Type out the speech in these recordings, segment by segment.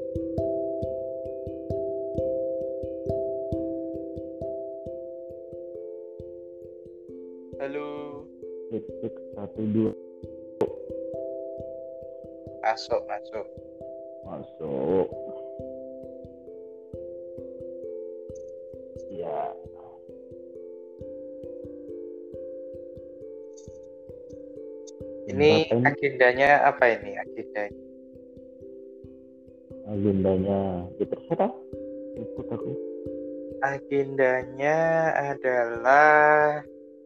Halo, Cek 1 2 masuk. masuk. Ya, Ini berapa ini agendanya apa ini? agendanya? Ya terserah, ikut aku. Agendanya adalah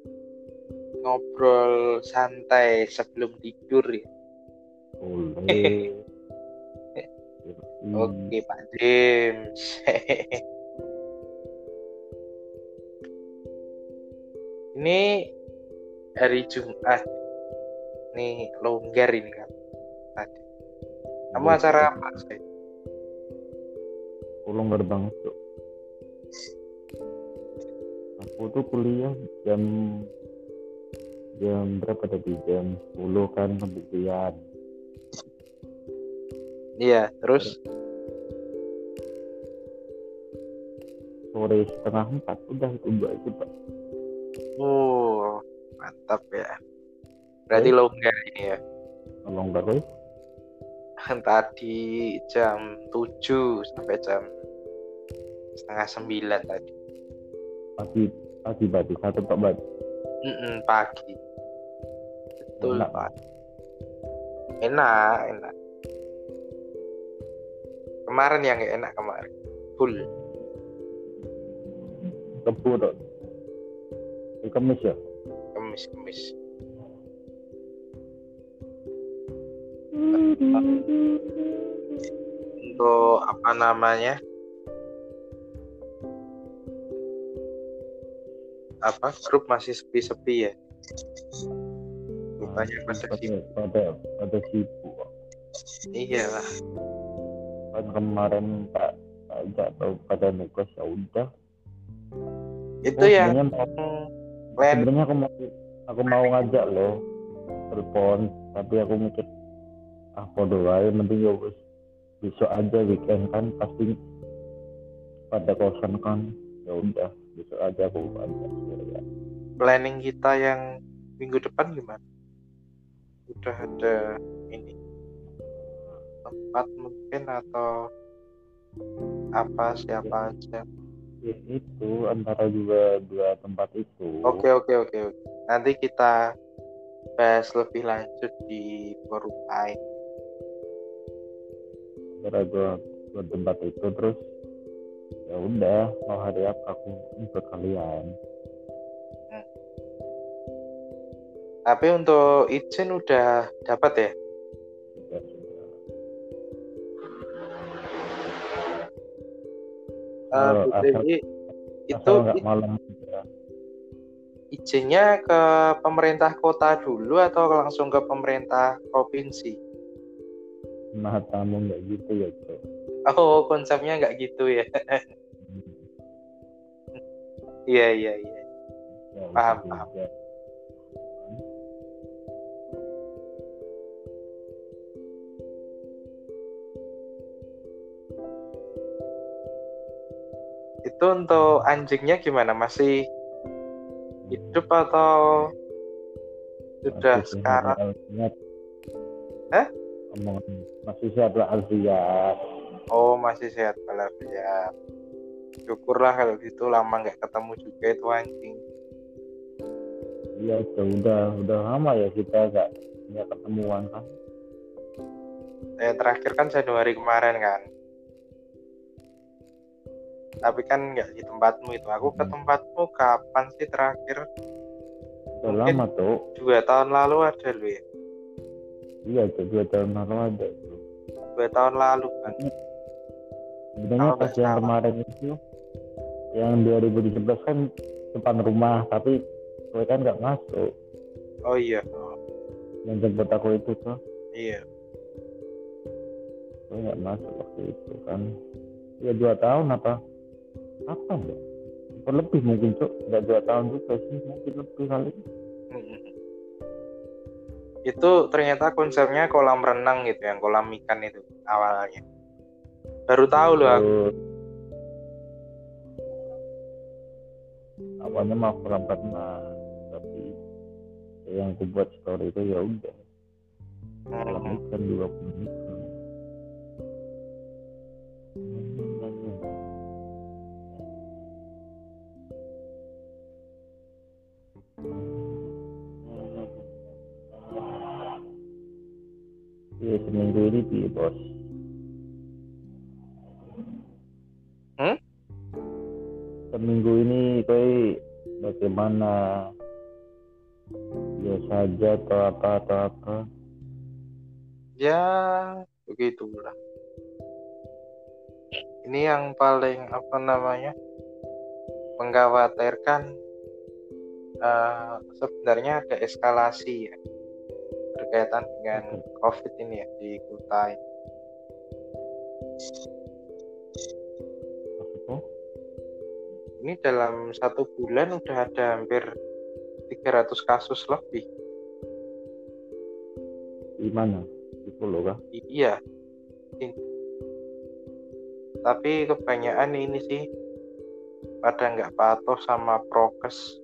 ngobrol santai sebelum tidur ya. Boleh. Oke, Pak James. Ini hari Jumat. Ini longgar ini kan tadi. Kamu Yes, acara yes. apa sih? Aku longgar banget tuh. Aku tuh kuliah jam jam berapa tadi? Jam 10 kan pembuktian. Iya, terus Sore setengah 4 udah itu Pak. mantap ya. Berarti longgar ini ya. Longgar weh. Tadi jam 7 sampai jam setengah 9 tadi. Pagi berarti 1 berarti. Pagi. Betul, Enak. Pak. Enak. Kemarin yang gak enak kemarin. Full. Kebur dong. Kemis ya. Kemis. Untuk apa namanya? Grup masih sepi-sepi ya. Rupanya pada sibuk. Iya lah. Kan kemarin tak ajak tahu pada nugas ya udah. Itu yang plan. Sebenarnya aku mau ngajak loh telepon, tapi aku mikir podo wae, mending ya wis besok aja, weekend kan pasti pada kosan kan, ya udah besok aja aku ajak ya. Planning kita yang minggu depan gimana? Udah ada ini tempat mungkin atau apa siapa aja? Itu antara juga 2 tempat itu. Oke. Nanti kita bahas lebih lanjut di forum lain. Antara dua tempat itu, terus ya udah mau hari apa aku ikut kalian. Tapi untuk izin udah dapat ya? Asal nggak malam ya. Izinnya ke pemerintah kota dulu atau langsung ke pemerintah provinsi? Nah, tamu nggak gitu ya, Bro. Oh, konsepnya nggak gitu ya? Iya. Ya, Paham. Ya. Itu untuk anjingnya gimana? Masih hidup atau sudah sekarang? Masih sehat walafiat. Oh, masih sehat walafiat. Syukurlah kalau gitu, lama nggak ketemu juga itu anjing. Iya, udah lama ya kita nggak ketemuan kan. Terakhir kan Januari kemarin kan. Tapi kan nggak di tempatmu itu. Aku ke tempatmu kapan sih terakhir? Udah lama tuh. 2 tahun lalu ada lu ya? Iya, 2 tahun lalu ada. 2 tahun lalu kan. Sebenarnya pas yang kemarin itu, yang 2017 kan depan rumah, tapi gue kan nggak masuk. Oh iya. Yang jemput aku itu tuh. Iya. Gue nggak masuk waktu itu kan. Ya 2 tahun apa enggak? Lebih mungkin Cuk, nggak 2 tahun juga sih, mungkin lebih kali. Itu ternyata konsepnya kolam renang gitu, yang kolam ikan itu awalnya. Baru tahu loh aku. Terus awalnya mau berangkat tapi yang aku buat story itu ya udah kolam ikan juga punya ikan. Ya seminggu ini piye bos? Seminggu ini kau bagaimana? Biasa aja atau apa? Ya begitulah. Ini yang paling mengkhawatirkan, sebenarnya ada eskalasi ya berkaitan dengan COVID ini ya di Kutai. Maksudnya? Ini dalam 1 bulan udah ada hampir 300 kasus lebih. Di mana? Di Solo kah? Iya. Tapi kebanyakan ini sih pada nggak patuh sama prokes.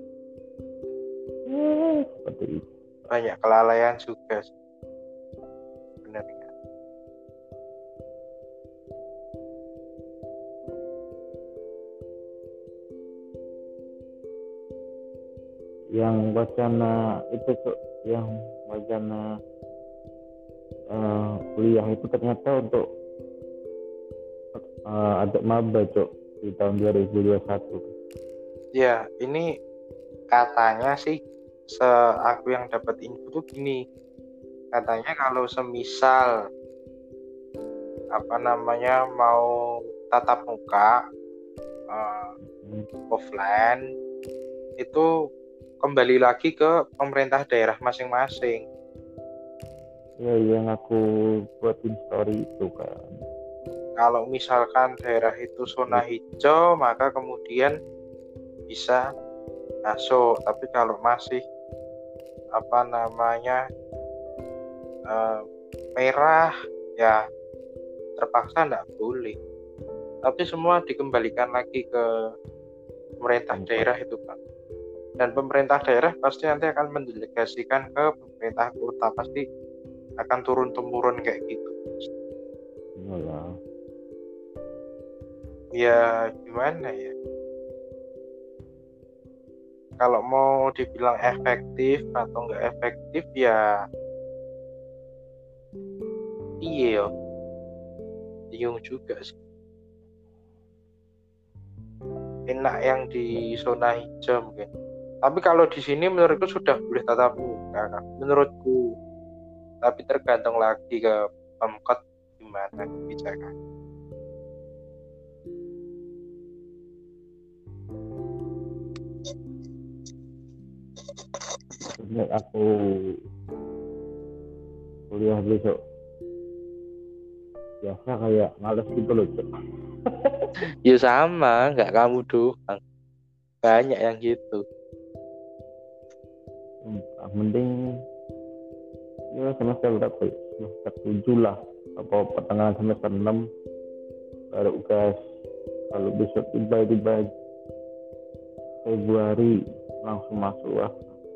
Seperti itu. Banyak kelalaian juga sebenarnya. Yang wacana itu tuh, yang wacana kuliah itu ternyata untuk ada maba cok di tahun 2021. Ya, ini katanya sih, aku yang dapat info tuh gini. Katanya kalau semisal mau tatap muka offline itu kembali lagi ke pemerintah daerah masing-masing. Ya yang aku buatin story itu kan. Kalau misalkan daerah itu zona hijau, maka kemudian bisa masuk. Tapi kalau masih merah, ya terpaksa enggak boleh. Tapi semua dikembalikan lagi ke pemerintah daerah itu Pak. Dan pemerintah daerah pasti nanti akan mendelegasikan ke pemerintah kota, pasti akan turun-temurun kayak gitu. Iyalah. Ya gimana ya, kalau mau dibilang efektif atau nggak efektif ya iya, bingung juga sih. Enak yang di zona hijau mungkin, tapi kalau di sini menurutku sudah boleh tatap muka menurutku, tapi tergantung lagi ke Pemkot gimana kebijakan. Ini aku kuliah besok biasa kayak males gitu loh cok. Ya sama, nggak kamu doang, banyak yang gitu. Mending ya semester berapa ya? Semester 7 lah atau pertengahan semester 6 baru gas. Kalau besok tiba-tiba Februari langsung masuk lah.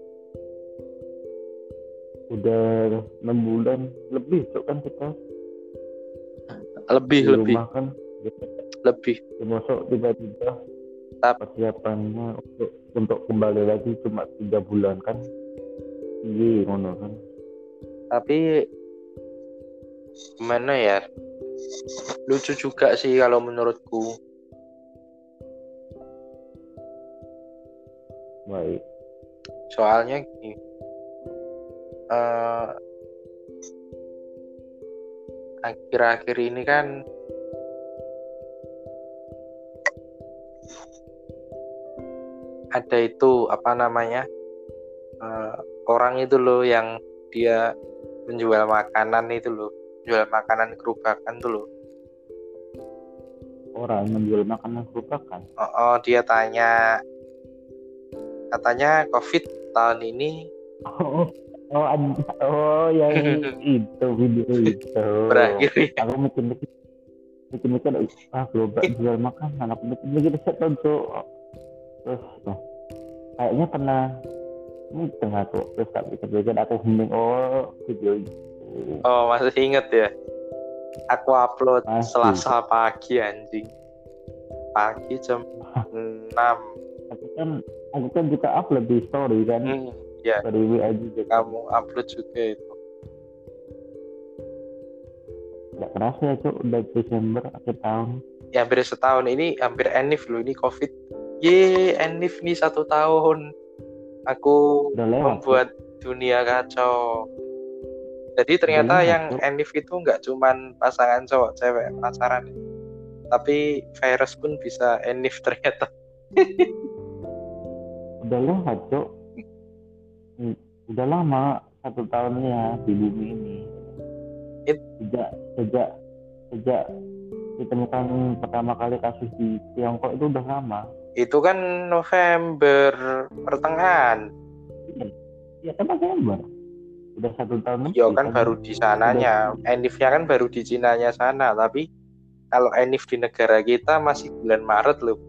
Udah 6 bulan lebih cok kan kita Lebih kan lebih masuk tiba-tiba persiapannya untuk kembali lagi cuma 3 bulan kan. Iya ngono kan. Tapi gimana ya, lucu juga sih kalau menurutku. Baik. Soalnya gini, akhir-akhir ini kan ada itu orang itu loh yang dia menjual makanan itu loh, jual makanan kerubakan tuh loh. Orang menjual makanan kerubakan. Dia tanya, katanya COVID tahun ini yang itu video itu berakhir ya. Aku mikir mikir-mikir gerobak jual makanan, aku mikir-mikir set tuh terus kayaknya pernah ini tengah tuh terus tak pikir-pikir aku hening video itu Oh, masih inget ya? Aku upload masih. Selasa pagi anjing. Pagi jam 6. aku kan juga upload di story kan, Ya, story WA juga kan. kamu upload juga itu. Nggak kerasa ya cuk, udah Desember akhir tahun. Ya, hampir setahun ini, hampir enif loh ini COVID. Enif nih 1 tahun. Aku Udah lewat membuat dunia kacau. Jadi udah ternyata lewat yang cuk. enif itu nggak cuman pasangan cowok cewek pacaran, tapi virus pun bisa enif ternyata. Udah lewat cuk. Udah lama 1 tahun ya di bumi ini. Sejak sejak sejak ditemukan pertama kali kasus di Tiongkok itu udah lama. Itu kan November pertengahan. Iya kan November. Udah 1 tahun Iya lebih kan baru di sananya. Enifnya kan baru di Cinanya sana. Tapi kalau enif di negara kita masih bulan Maret loh.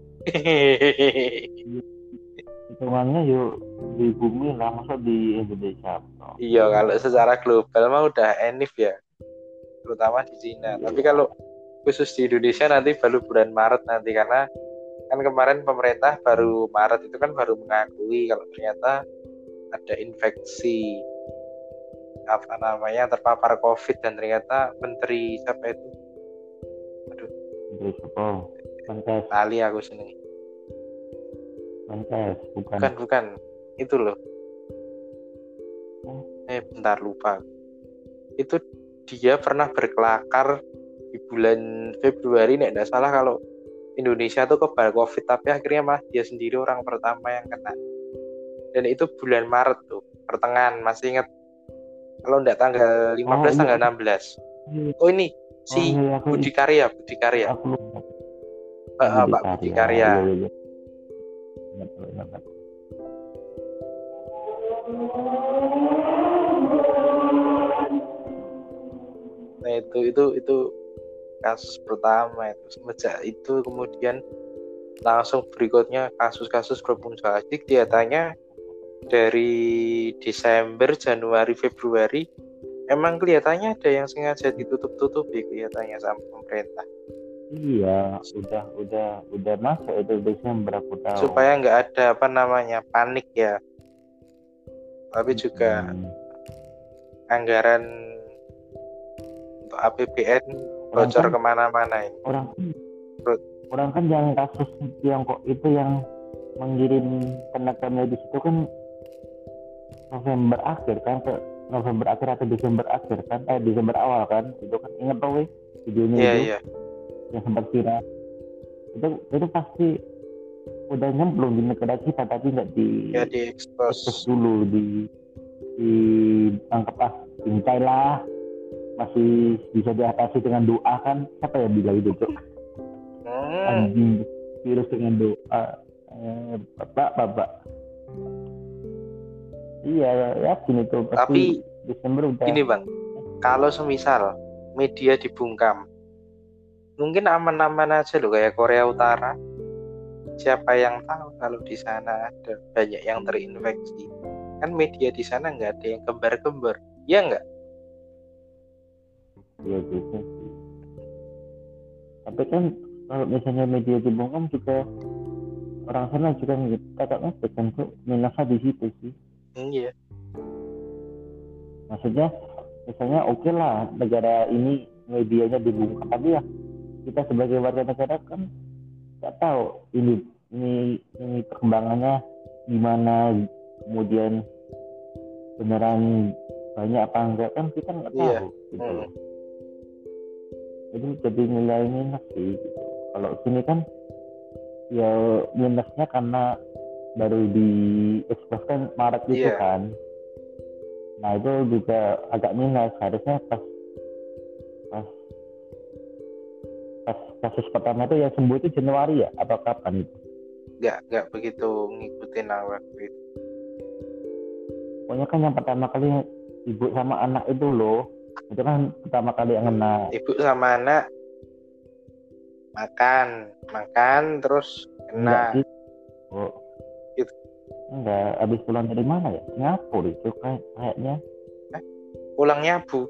hitungannya yuk di bumi lah, masa di Indonesia. Iya, kalau secara global mah udah enif ya, terutama di Cina. Tapi kalau khusus di Indonesia nanti baru bulan Maret nanti, karena kan kemarin pemerintah baru Maret itu kan baru mengakui kalau ternyata ada infeksi apa namanya terpapar COVID, dan ternyata menteri siapa itu, aduh Menteri Sopo, Menkes, kali aku seneng. Bukan itu loh, bentar lupa. Itu dia pernah berkelakar di bulan Februari nek enggak salah, kalau Indonesia tuh kebal COVID, tapi akhirnya malah dia sendiri orang pertama yang kena. Dan itu bulan Maret tuh, pertengahan, masih ingat. Kalau enggak tanggal 15, tanggal 16. Oh ini, si Budi Karya. Aku lupa. Pak Budi Karya. Iya. Nah itu kasus pertama itu. Semenjak itu kemudian langsung berikutnya kasus-kasus bermuncul lagi. Kelihatannya dari Desember, Januari, Februari emang kelihatannya ada yang sengaja ditutup-tutupi kelihatannya sama pemerintah. Iya, udah masuk itu Desember aku tahu. Supaya nggak ada panik ya. Tapi juga anggaran untuk APBN bocor kemana-mana ini. Orang kan yang kasus Tiongkok itu yang mengirim tenaga medis itu kan November akhir kan, November akhir atau Desember akhir kan, Desember awal kan, itu kan ingat tau videonya itu. Yang sempat viral itu pasti udah nyemplung di negara kita, tapi nggak diekspos dulu, ditangkap cincai lah, masih bisa diatasi dengan doa kan, siapa yang bilang itu cok? Anjing virus dengan doa, bapak iya yakin itu pasti. Tapi Desember udah gini bang, kalau semisal media dibungkam, mungkin aman-aman aja loh kayak Korea Utara. Siapa yang tahu kalau di sana ada banyak yang terinfeksi? Kan media di sana nggak ada yang gembar-gembar, ya nggak? Iya gitu. Tapi kan kalau misalnya media dibungkam juga orang sana juga kakaknya tertentu minusnya di situ sih. Iya. Maksudnya misalnya oke lah negara ini medianya dibungkam, tapi ya kita sebagai warga negara kan nggak tahu ini perkembangannya gimana, kemudian beneran banyak apa enggak kan kita nggak tahu gitu. Jadi jadi nilai minus sih gitu. Kalau sini kan ya minusnya karena baru diekspos kan Maret itu kan. Nah itu juga agak minus, harusnya pas kasus pertama itu yang sembuh itu Januari ya atau kapan itu? Nggak begitu ngikutin waktu itu. Pokoknya kan yang pertama kali ibu sama anak itu loh, itu kan pertama kali yang kena. Ibu sama anak makan terus Enggak kena gitu. Oh, gitu. enggak. Habis pulang dari mana ya? Singapura itu kayaknya. Pulang nyabu.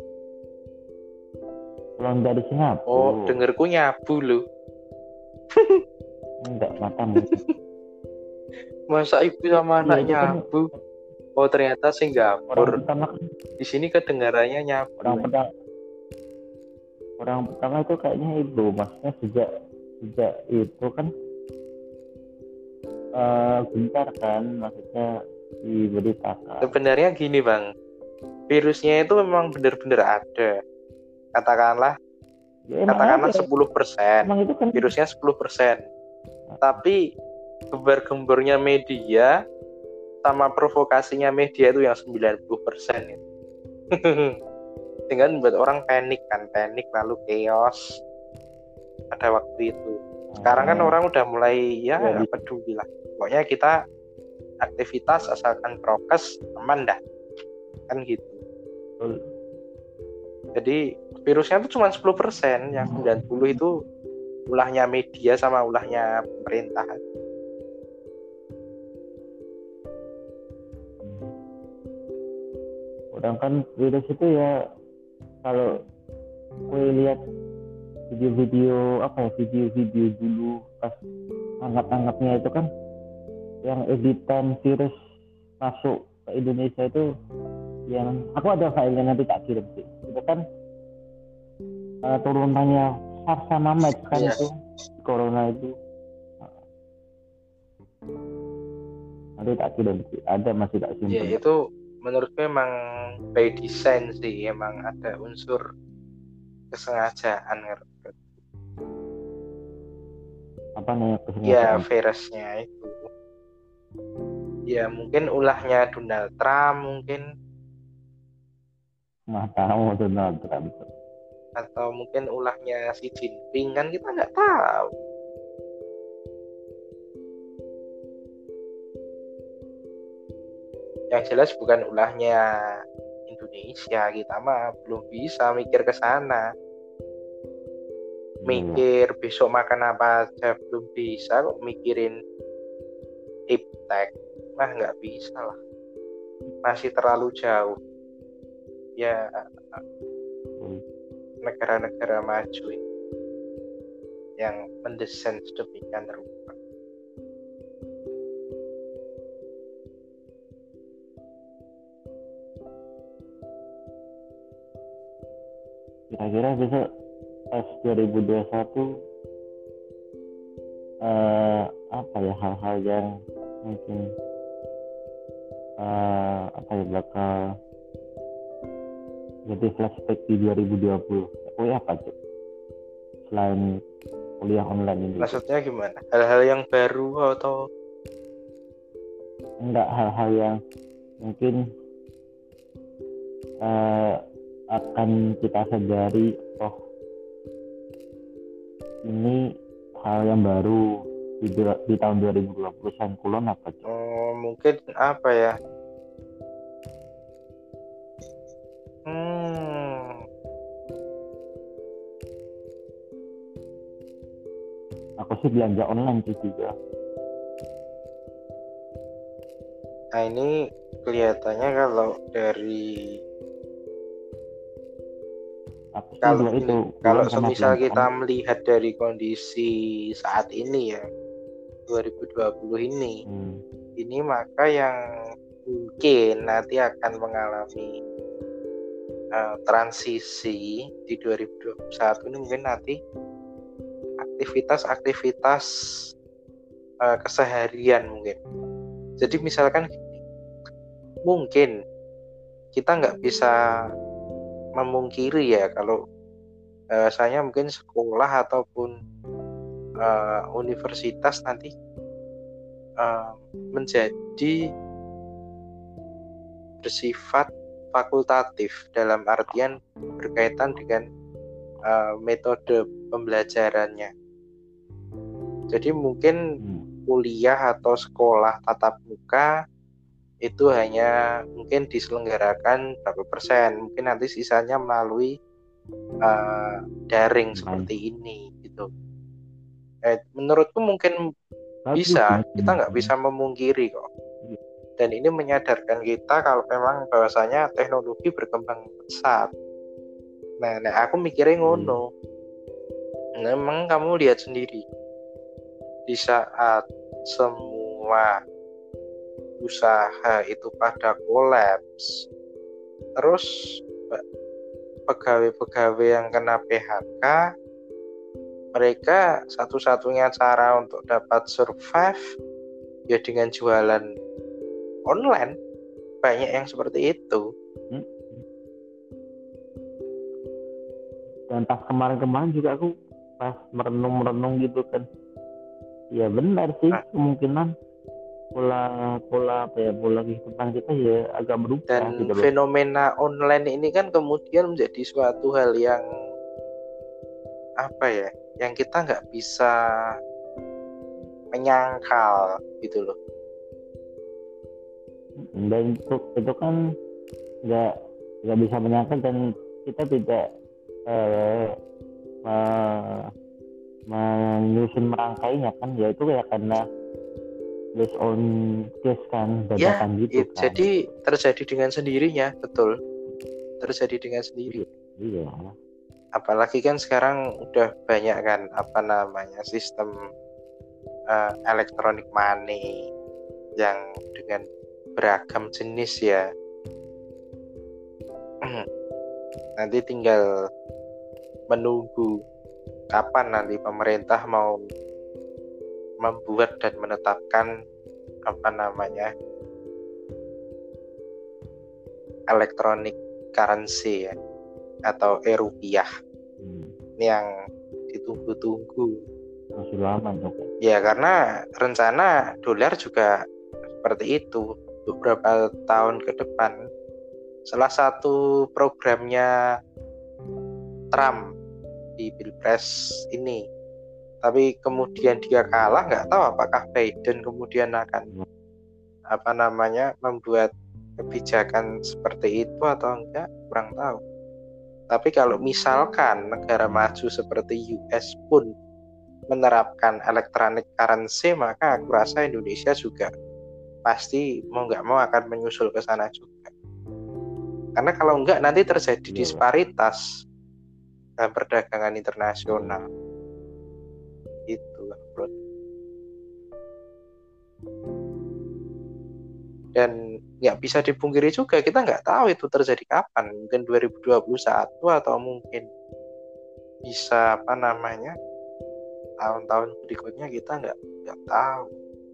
Pulang dari Oh, Singapura. dengerku nyabu loh. Enggak, matamu. Masa ibu sama Iya anak itu kan nyabu? Oh, ternyata orang Singapura. pertama kan Di sini kedengarannya orang nyabu. pertama orang pertama itu kayaknya itu maksudnya sejak itu kan gencar kan maksudnya diberitakan. Sebenarnya gini bang, virusnya itu memang benar-benar ada. Katakanlah Ya emang katakanlah ada. 10%. Emang itu kan Virusnya 10%. Tapi gembar-gembornya media sama provokasinya media itu yang 90% itu. Sehingga membuat orang panik lalu chaos pada waktu itu. Sekarang kan orang udah mulai ya ya, nggak peduli lah. Pokoknya kita aktivitas asalkan prokes aman dah. Kan gitu. Jadi virusnya itu cuma 10%, yang 90 itu ulahnya media sama ulahnya pemerintah. orang kan virus itu ya kalau gue lihat video-video video dulu pas anggap-anggapnya itu kan yang editan virus masuk ke Indonesia itu yang aku ada filenya nanti tak kirim sih itu kan turunannya SARS sama MERS kan Iya. itu corona itu nanti tak kirim sih ada masih tak simpen. Ya itu menurutku emang by design sih, emang ada unsur kesengajaan. Apa namanya Ya kesengajaan? virusnya itu ya mungkin ulahnya Donald Trump mungkin, Mah tahu Donald Trump. atau mungkin ulahnya Xi Jinping, kan kita nggak tahu. Yang jelas bukan ulahnya Indonesia, kita mah belum bisa mikir ke sana. Mikir besok makan apa aja belum bisa kok, mikirin iptek mah nggak bisa lah, masih terlalu jauh ya negara-negara maju ini yang mendesain sedemikian rupa. Kira-kira besok pas 2021 apa ya hal-hal yang mungkin apa ya bakal jadi flashback di 2020. Oh apa tuh? Selain kuliah online ini. Maksudnya gimana? Hal-hal yang baru atau enggak hal-hal yang mungkin akan kita sadari oh ini hal yang baru di tahun 2020 Sangkulon apa tuh? Mungkin apa ya? Aku sih belanja online sih juga. Nah ini kelihatannya kalau dari kalau semisal kita melihat dari kondisi saat ini ya 2020 ini maka yang mungkin nanti akan mengalami transisi di 2021 ini mungkin nanti aktivitas keseharian mungkin. Jadi misalkan mungkin kita nggak bisa memungkiri ya kalau saya mungkin sekolah ataupun universitas nanti menjadi bersifat fakultatif dalam artian berkaitan dengan metode pembelajarannya. Jadi mungkin kuliah atau sekolah tatap muka itu hanya mungkin diselenggarakan berapa persen, mungkin nanti sisanya melalui daring seperti ini gitu. Menurutku mungkin bagus bisa, sih. kita nggak bisa memungkiri kok. Dan ini menyadarkan kita kalau memang bahwasanya teknologi berkembang pesat. Nah, aku mikirnya ngono. Memang kamu lihat sendiri, di saat semua usaha itu pada kolaps, terus pegawai-pegawai yang kena PHK, mereka satu-satunya cara untuk dapat survive ya dengan jualan online. Banyak yang seperti itu. Dan pas kemarin juga aku pas merenung gitu kan, ya benar sih, kemungkinan pola kehidupan kita ya agak berubah. Dan gitu loh. Fenomena online ini kan kemudian menjadi suatu hal yang yang kita nggak bisa menyangkal gitu loh. Dan itu kan nggak bisa menyangkal, dan kita tidak menyusun merangkainya kan, yaitu ya karena based on case kan, dadakan gitu kan. Jadi terjadi dengan sendirinya, betul. Terjadi dengan sendiri. Iya. Apalagi kan sekarang udah banyak kan sistem electronic money yang dengan beragam jenis ya. Nanti tinggal menunggu kapan nanti pemerintah mau membuat dan menetapkan electronic currency ya, atau rupiah. Ini yang ditunggu-tunggu. Masih lama dong. Ya karena rencana dolar juga seperti itu beberapa tahun ke depan. Salah satu programnya Trump di Pilpres ini, tapi kemudian dia kalah, nggak tahu apakah Biden kemudian akan membuat kebijakan seperti itu atau enggak, kurang tahu. Tapi kalau misalkan negara maju seperti US pun menerapkan electronic currency, maka aku rasa Indonesia juga pasti mau nggak mau akan menyusul ke sana juga. Karena kalau enggak nanti terjadi disparitas dalam perdagangan internasional. Itu bro. Dan nggak bisa dipungkiri juga, kita nggak tahu itu terjadi kapan. Mungkin 2021 atau mungkin bisa tahun-tahun berikutnya, kita nggak tahu.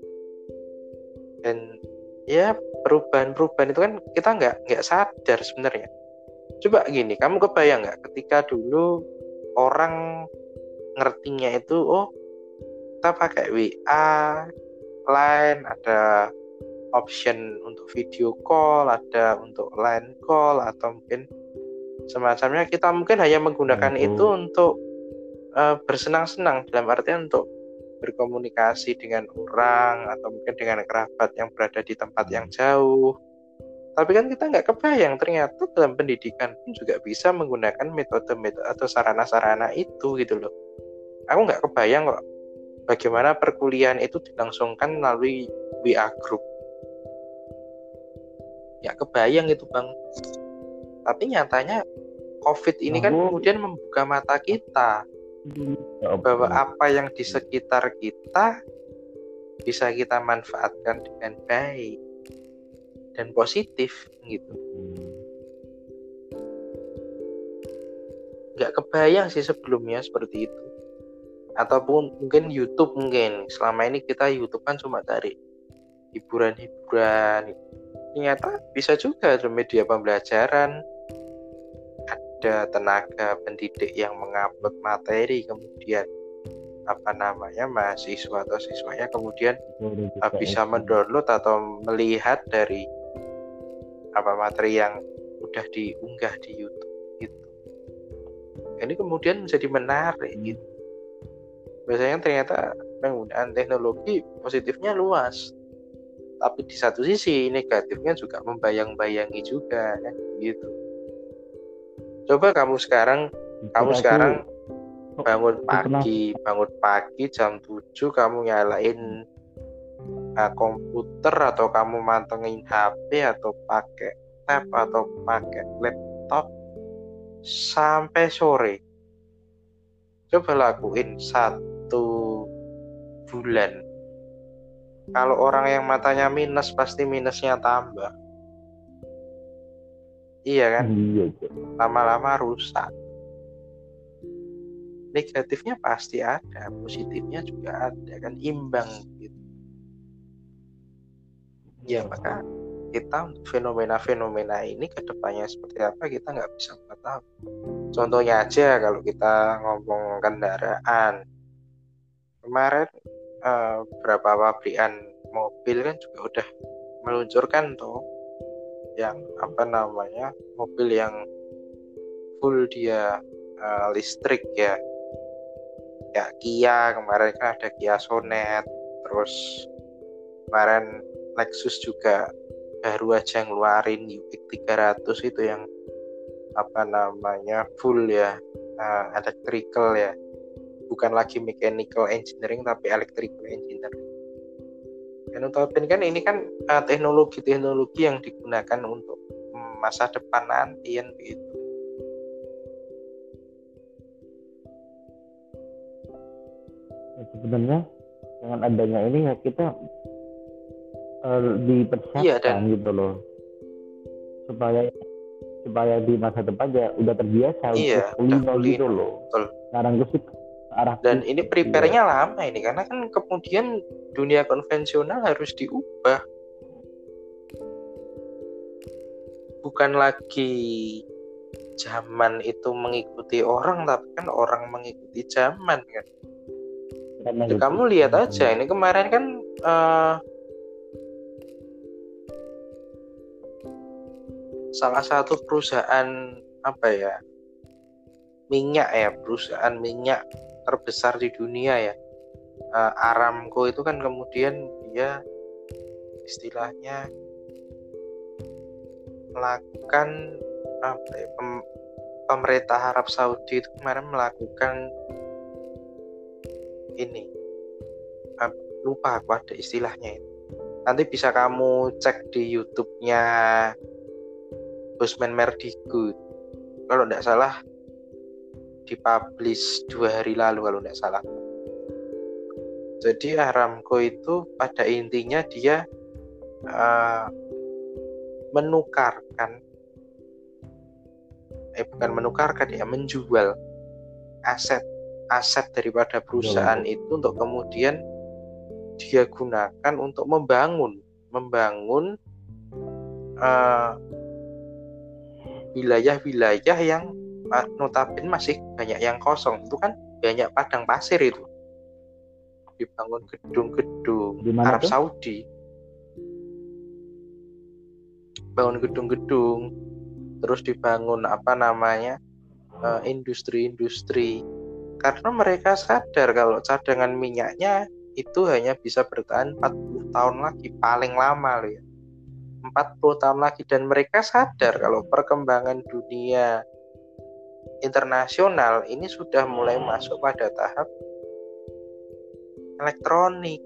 Dan ya perubahan itu kan kita nggak sadar sebenarnya. Coba gini, kamu kebayang nggak ketika dulu orang ngertinya itu, kita pakai WA, Line, ada option untuk video call, ada untuk line call, atau mungkin semacamnya. Kita mungkin hanya menggunakan itu untuk bersenang-senang, dalam artian untuk berkomunikasi dengan orang atau mungkin dengan kerabat yang berada di tempat yang jauh. Tapi kan kita nggak kebayang ternyata dalam pendidikan pun juga bisa menggunakan metode-metode atau sarana-sarana itu gitu loh. Aku nggak kebayang kok bagaimana perkuliahan itu dilangsungkan melalui WA group. Ya kebayang itu Bang. Tapi nyatanya COVID ini kan kemudian membuka mata kita bahwa apa yang di sekitar kita bisa kita manfaatkan dengan baik dan positif gitu. Nggak kebayang sih sebelumnya seperti itu. Ataupun mungkin YouTube, mungkin selama ini kita YouTube kan cuma dari hiburan-hiburan. Ternyata bisa juga ada media pembelajaran, ada tenaga pendidik yang mengupload materi, kemudian mahasiswa atau siswanya kemudian bisa mendownload atau melihat dari materi yang udah diunggah di YouTube gitu. Ini kemudian menjadi menarik gitu. Biasanya ternyata penggunaan teknologi positifnya luas, tapi di satu sisi negatifnya juga membayang-bayangi juga kan gitu. Coba kamu sekarang bangun pagi jam 7 kamu nyalain komputer atau kamu mantengin HP atau pakai tab atau pakai laptop sampai sore. Coba lakuin 1 bulan. Kalau orang yang matanya minus pasti minusnya tambah. Iya kan? Iya. Lama-lama rusak. Negatifnya pasti ada, positifnya juga ada, kan imbang gitu. Ya maka kita untuk fenomena-fenomena ini ke depannya seperti apa kita nggak bisa mengetahui. Contohnya aja kalau kita ngomong kendaraan, kemarin beberapa pabrikan mobil kan juga udah meluncurkan tuh yang mobil yang full dia listrik ya. Ya Kia kemarin kan ada Kia Sonet, terus kemarin Lexus juga baru aja ngeluarin UX 300 itu yang full ya, electrical ya, bukan lagi mechanical engineering tapi electrical engineering. Dan notabene kan ini kan teknologi-teknologi yang digunakan untuk masa depan nanti kan begitu. Sebenarnya dengan adanya ini ya kita dipersiapkan gitu loh, supaya di masa depan ya udah terbiasa untuk kulino gitu loh. Betul. Sekarang gue sih arah dan ini prepare-nya lama ini karena kan kemudian dunia konvensional harus diubah, bukan lagi zaman itu mengikuti orang tapi kan orang mengikuti zaman kan. Jadi kamu lihat aja ini kemarin kan salah satu perusahaan perusahaan minyak terbesar di dunia ya, Aramco itu kan kemudian dia istilahnya melakukan pemerintah Arab Saudi itu kemarin melakukan ini, lupa aku ada istilahnya itu. Nanti bisa kamu cek di YouTube-nya Bosman Merdigu, kalau tidak salah dipublish 2 hari lalu kalau tidak salah. Jadi Aramco itu pada intinya dia menjual aset daripada perusahaan itu untuk kemudian dia gunakan untuk membangun wilayah-wilayah yang notabene masih banyak yang kosong. Itu kan banyak padang pasir itu, dibangun gedung-gedung. Arab Saudi bangun gedung-gedung, terus dibangun industri-industri, karena mereka sadar kalau cadangan minyaknya itu hanya bisa bertahan 40 tahun lagi paling lama loh ya, 40 tahun lagi. Dan mereka sadar kalau perkembangan dunia internasional ini sudah mulai masuk pada tahap elektronik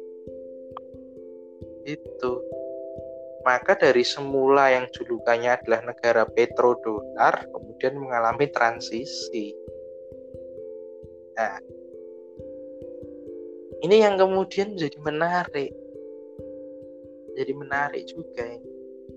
itu. Maka dari semula yang julukannya adalah negara petrodolar kemudian mengalami transisi. Nah, ini yang kemudian jadi menarik juga ini.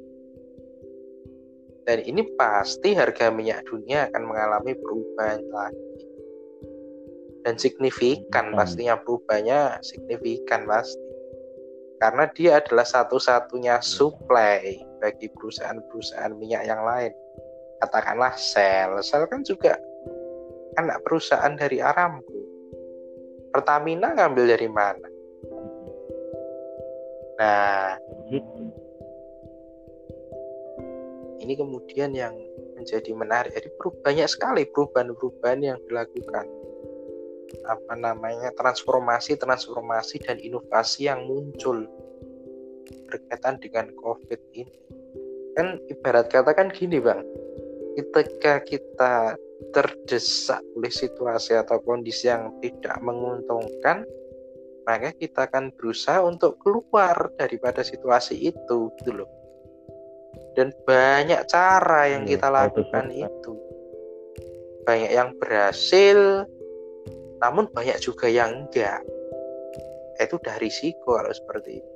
Dan ini pasti harga minyak dunia akan mengalami perubahan lagi. Dan signifikan pastinya, perubahannya signifikan pasti. Karena dia adalah satu-satunya supply bagi perusahaan-perusahaan minyak yang lain. Katakanlah Shell kan juga anak perusahaan dari Aramco. Pertamina ngambil dari mana? Nah, ini kemudian yang menjadi menarik. Jadi banyak sekali perubahan-perubahan yang dilakukan. Transformasi dan inovasi yang muncul berkaitan dengan COVID ini. Kan ibarat kata kan gini Bang, ketika kita terdesak oleh situasi atau kondisi yang tidak menguntungkan, maka kita akan berusaha untuk keluar daripada situasi itu gitu loh. Dan banyak cara yang kita lakukan itu. Banyak yang berhasil, namun banyak juga yang enggak. Itu udah risiko kalau seperti itu.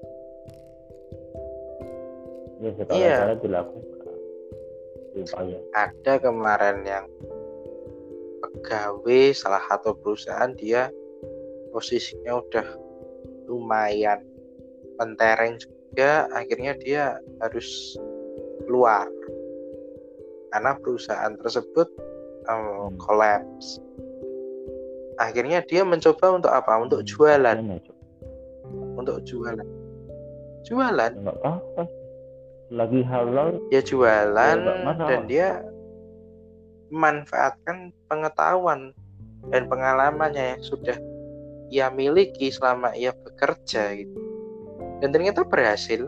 Ya segala cara dilakukan. Ada kemarin yang pegawai salah satu perusahaan, dia posisinya udah lumayan mentereng juga, akhirnya dia harus keluar karena perusahaan tersebut collapse. Akhirnya dia mencoba untuk apa? Untuk jualan. Untuk jualan. Enggak apa-apa. Lagi halal. Ya jualan, dan dia memanfaatkan pengetahuan dan pengalamannya yang sudah ia miliki selama ia bekerja gitu. Dan ternyata berhasil.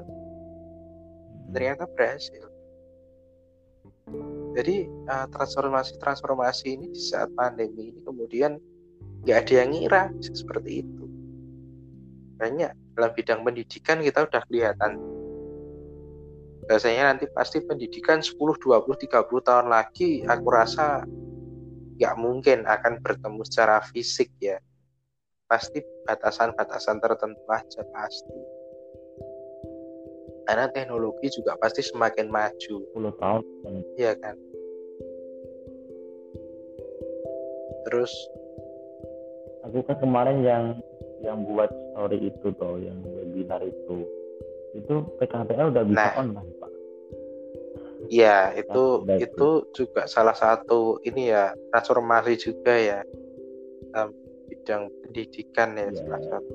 Jadi transformasi ini di saat pandemi ini kemudian nggak ada yang ngira bisa seperti itu. Banyak dalam bidang pendidikan kita udah kelihatan. Biasanya nanti pasti pendidikan 10, 20, 30 tahun lagi aku rasa nggak mungkin akan bertemu secara fisik ya. Pasti batasan-batasan tertentu aja pasti. Karena teknologi juga pasti semakin maju. 10 tahun. Iya kan. Terus aku kan kemarin yang buat story itu toh, yang webinar itu PKPL udah bisa online Pak. Iya, itu juga salah satu ini ya, transformasi juga ya dalam bidang pendidikan ya, salah satu.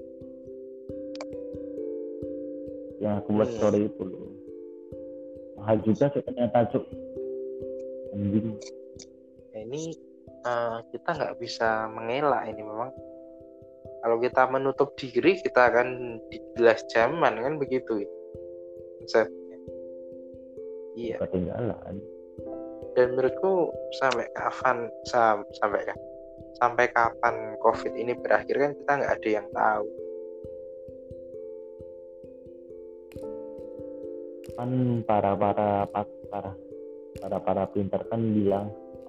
Yang aku buat story itu loh. Mahal juga ternyata cuk. Anjing. Ini kita nggak bisa mengelak ini, memang kalau kita menutup diri kita akan dijelas zaman kan begitu konsepnya. Iya. Ketinggalan. Dan menurutku sampai kapan COVID ini berakhir kan kita nggak ada yang tahu. Kan para pintar kan bilang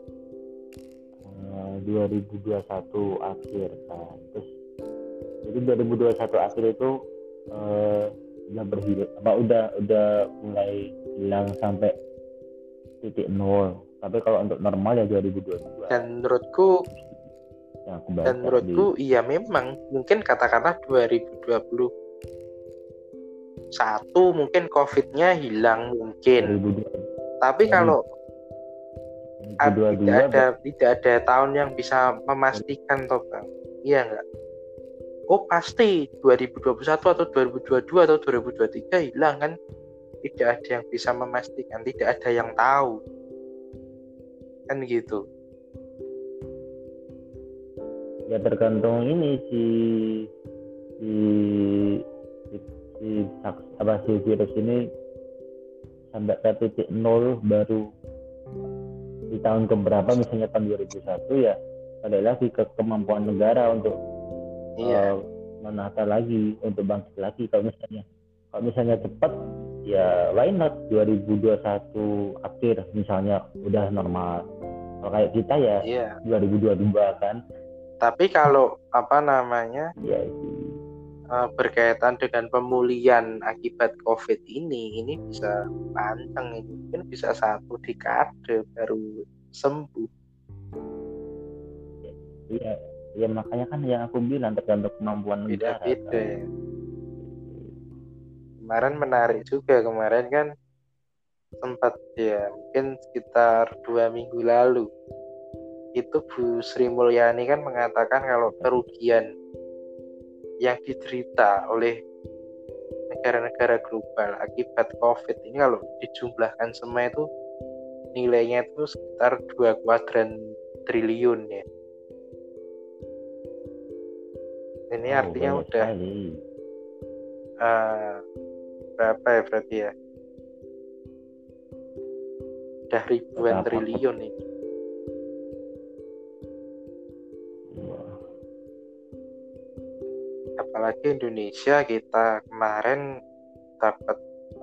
2021 akhir kan. Terus jadi 2021 akhir itu udah berhilang, udah mulai hilang sampai titik nol. Tapi kalau untuk normal ya 2022. Dan menurutku iya memang mungkin katakanlah 2021 mungkin COVID-nya hilang mungkin. 2022. Tapi kalau tidak ada tahun yang bisa memastikan toh Bang. Iya enggak? Oh pasti 2021 atau 2022 atau 2023 hilang kan? Tidak ada yang bisa memastikan, tidak ada yang tahu. Kan gitu. Ya tergantung ini si virus ini sampai ke titik nol baru di tahun keberapa, misalnya tahun 2001 ya balik lagi ke kemampuan negara untuk menata lagi, untuk bangkit lagi. Kalau misalnya cepat ya why not 2021 akhir misalnya udah normal. Kalau kayak kita ya 2022 kan. Tapi kalau berkaitan dengan pemulihan akibat COVID ini bisa panjang, ini mungkin bisa 1 dekade baru sembuh. Iya makanya kan yang aku bilang tergantung kemampuan negara. Beda-beda ya. Kemarin menarik juga, kemarin kan sempat ya mungkin sekitar 2 minggu lalu itu Bu Sri Mulyani kan mengatakan kalau kerugian yang diderita oleh negara-negara global akibat COVID ini kalau dijumlahkan semua itu nilainya itu sekitar 2 kuadran triliun ya. Ini artinya udah berapa ya berarti ya? Udah ribuan triliun ini. Apalagi Indonesia, kita kemarin dapat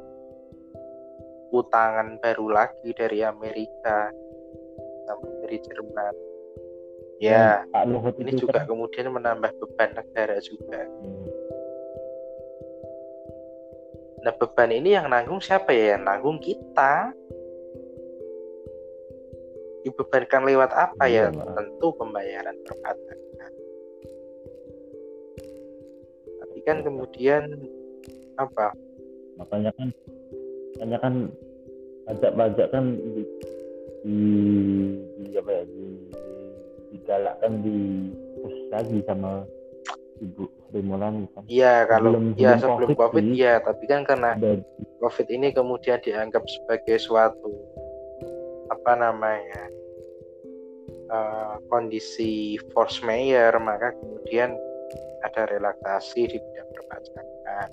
utangan baru lagi dari Amerika sama dari Jerman. Ya, Pak Luhut ini itu juga kan. kemudian menambah beban negara juga. Nah, beban ini yang nanggung siapa ya? Yang nanggung kita. Dibebankan lewat apa ya? Iya, Pak. Tentu pembayaran perpajakan. Tapi kan kemudian apa? Makanya kan pajak kan di apa ya, digalakkan di push lagi sama Ibu Sri Mulyani kan. Iya, kalau sebelum COVID sih, ya, tapi kan karena ada COVID ini kemudian dianggap sebagai suatu kondisi force majeure, maka kemudian ada relaksasi di bidang perpajakan.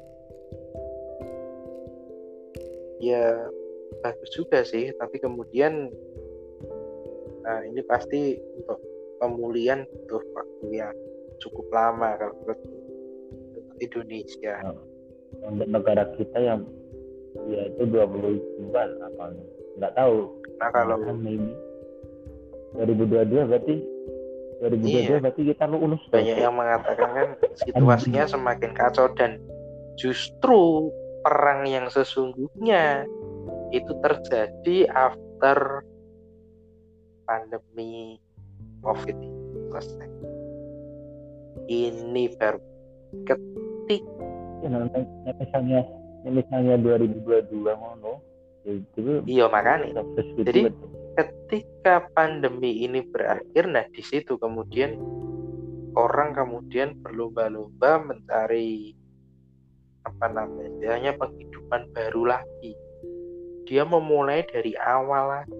Ya bagus juga sih, tapi kemudian ini pasti untuk pemulihan butuh waktu yang cukup lama kalau untuk Indonesia. Untuk negara kita yang ya itu 20 bulan apa nggak tahu. Nah, kalau ini 2022 berarti iya, berarti kita lulus. banyak yang mengatakan kan situasinya semakin kacau, dan justru perang yang sesungguhnya itu terjadi after pandemi COVID ini selesai. Ini baru misalnya 2022 ngono. Iya, makanya. Jadi ketika pandemi ini berakhir, nah di situ kemudian orang kemudian berlomba-lomba mencari penghidupan baru lagi. Dia memulai dari awal lagi.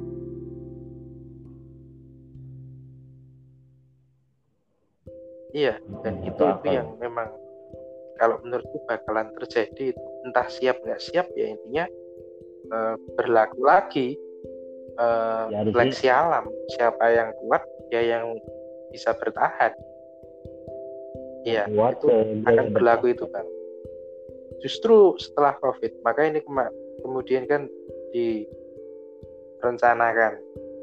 Iya, dan itu yang memang kalau menurutku bakalan terjadi. Entah siap nggak siap, ya intinya berlaku lagi seleksi alam. Siapa yang kuat, dia yang bisa bertahan. Iya, itu akan berlaku itu kan. Justru setelah COVID, maka ini kemudian kan direncanakan,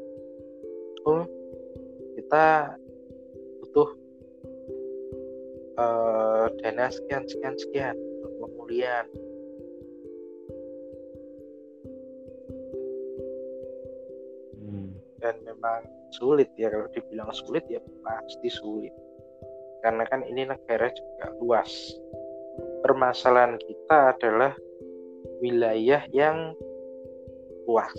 kita butuh dana sekian untuk pemulihan. Dan memang sulit ya, kalau dibilang sulit ya pasti sulit, karena kan ini negara juga luas. Permasalahan kita adalah wilayah yang luas,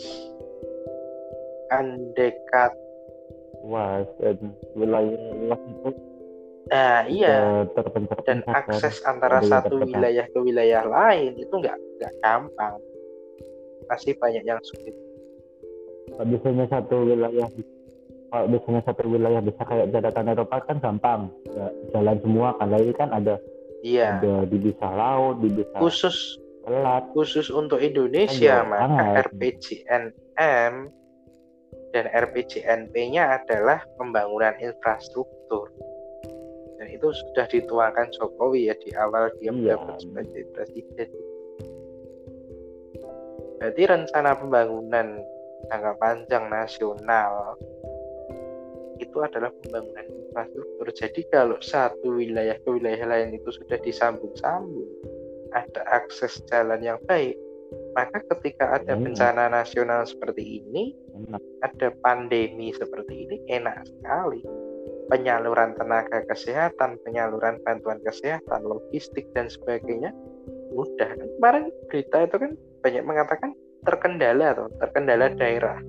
andekat luas, dan wilayah luas itu iya, dan akses antara satu wilayah ke wilayah lain itu nggak gampang, masih banyak yang sulit. Biasanya satu wilayah bisa kayak daratan Eropa kan gampang ya, jalan semua kan. Lalu kan ada di bisa laut, di bisa khusus untuk Indonesia, maka RPJMN dan RPJMP-nya adalah pembangunan infrastruktur, dan itu sudah dituangkan Jokowi ya di awal dia menjabat sebagai presiden. Berarti rencana pembangunan jangka panjang nasional itu adalah pembangunan infrastruktur. Jadi kalau satu wilayah ke wilayah lain itu sudah disambung-sambung, ada akses jalan yang baik, maka ketika ada bencana nasional seperti ini, ada pandemi seperti ini, enak sekali. Penyaluran tenaga kesehatan, penyaluran bantuan kesehatan, logistik dan sebagainya mudah. Kemarin berita itu kan banyak mengatakan terkendala daerah,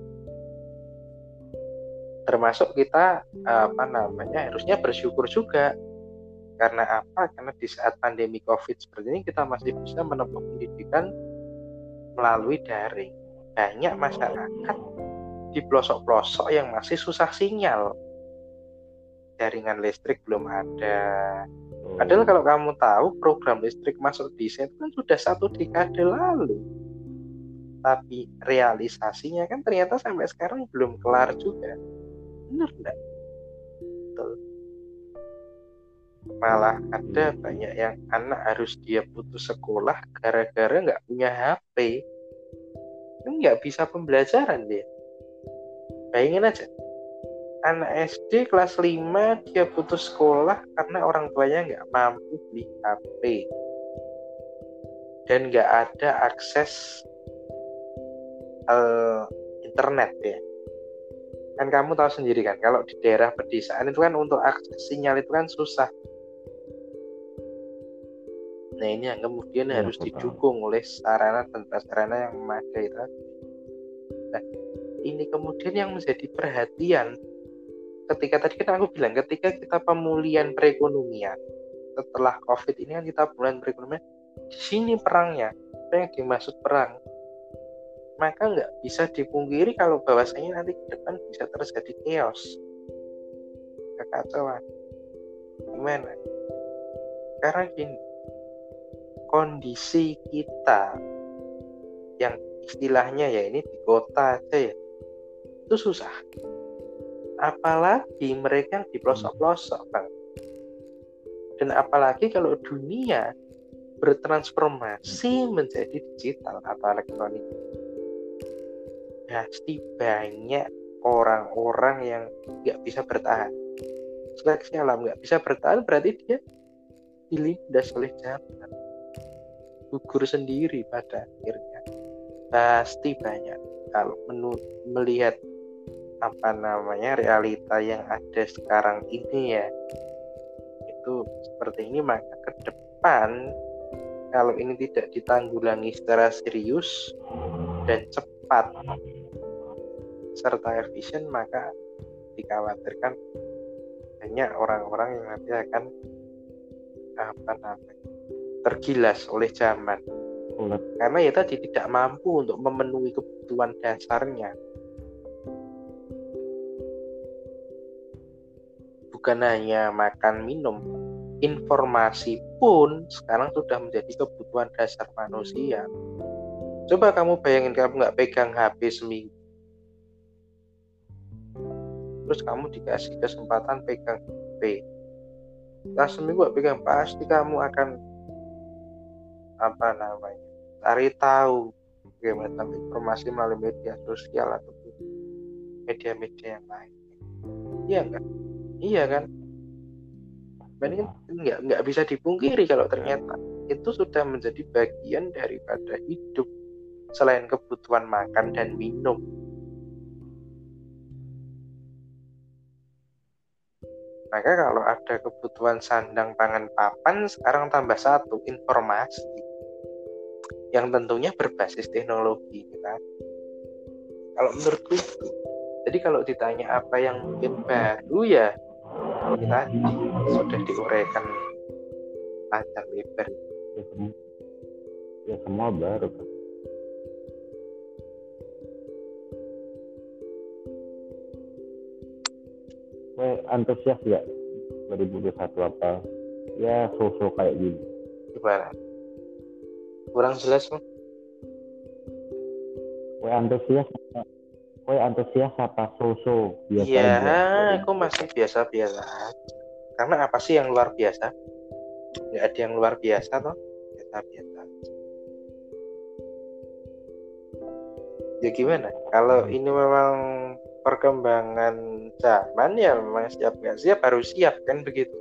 termasuk kita harusnya bersyukur juga. Karena apa? Karena di saat pandemi COVID seperti ini kita masih bisa menempuh pendidikan melalui daring. Banyak masyarakat di pelosok-pelosok yang masih susah sinyal, jaringan listrik belum ada. Padahal kalau kamu tahu, program listrik masuk di desa itu kan sudah 1 dekade lalu, tapi realisasinya kan ternyata sampai sekarang belum kelar juga. Benar enggak? Betul. Malah ada banyak yang anak harus dia putus sekolah gara-gara nggak punya HP. Kan nggak bisa pembelajaran dia. Bayangin aja, anak SD kelas 5 dia putus sekolah karena orang tuanya nggak mampu beli HP dan nggak ada akses internet ya. Kan kamu tahu sendiri kan, kalau di daerah pedesaan itu kan untuk akses sinyal itu kan susah. Nah ini yang kemudian harus didukung oleh sarana dan prasarana yang memadai tadi. Nah ini kemudian yang menjadi perhatian ketika tadi kan aku bilang, ketika kita pemulihan perekonomian setelah COVID ini kan kita pemulihan perekonomian, di sini perangnya, apa yang dimaksud perang, maka nggak bisa dipungkiri kalau bahwasanya nanti ke depan bisa terjadi chaos, kekacauan. Gimana? Karena gini, kondisi kita yang istilahnya ya ini di kota aja ya, itu susah. Apalagi mereka yang di pelosok-pelosok, Bang. Dan apalagi kalau dunia bertransformasi menjadi digital atau elektronik, pasti banyak orang-orang yang nggak bisa bertahan. Seleksi alam nggak bisa bertahan berarti dia dilindas oleh zaman, gugur sendiri pada akhirnya. Pasti banyak. Kalau melihat realita yang ada sekarang ini ya, itu seperti ini, maka ke depan kalau ini tidak ditanggulangi secara serius dan cepat serta efisien, maka dikhawatirkan banyak orang-orang yang nanti akan tergilas oleh zaman, karena ya tadi tidak mampu untuk memenuhi kebutuhan dasarnya. Bukan hanya makan minum, informasi pun sekarang sudah menjadi kebutuhan dasar manusia. Coba kamu bayangin, kamu nggak pegang HP seminggu, terus kamu dikasih kesempatan pegang HP, setelah seminggu nggak pegang, pasti kamu akan cari tahu bagaimana informasi melalui media sosial atau media-media yang lain. Iya enggak? Iya kan? Ini nggak bisa dipungkiri kalau ternyata itu sudah menjadi bagian daripada hidup selain kebutuhan makan dan minum. Maka kalau ada kebutuhan sandang pangan papan, sekarang tambah satu, informasi yang tentunya berbasis teknologi kan? Kalau menurutku itu. Jadi kalau ditanya apa yang mungkin baru ya kita sudah diuraikan panjang lebar. Ya semua baru kan. Antusias ya 2021 apa ya sosok kayak gini? Gimana? Kurang jelas Bang? Antusias apa sosok biasa ya, aja? Aku masih biasa-biasa. Karena apa sih yang luar biasa? Nggak ada yang luar biasa toh, biasa-biasa. Ya gimana? Kalau ini memang perkembangan zaman ya memang siap nggak siap, harus siap kan begitu.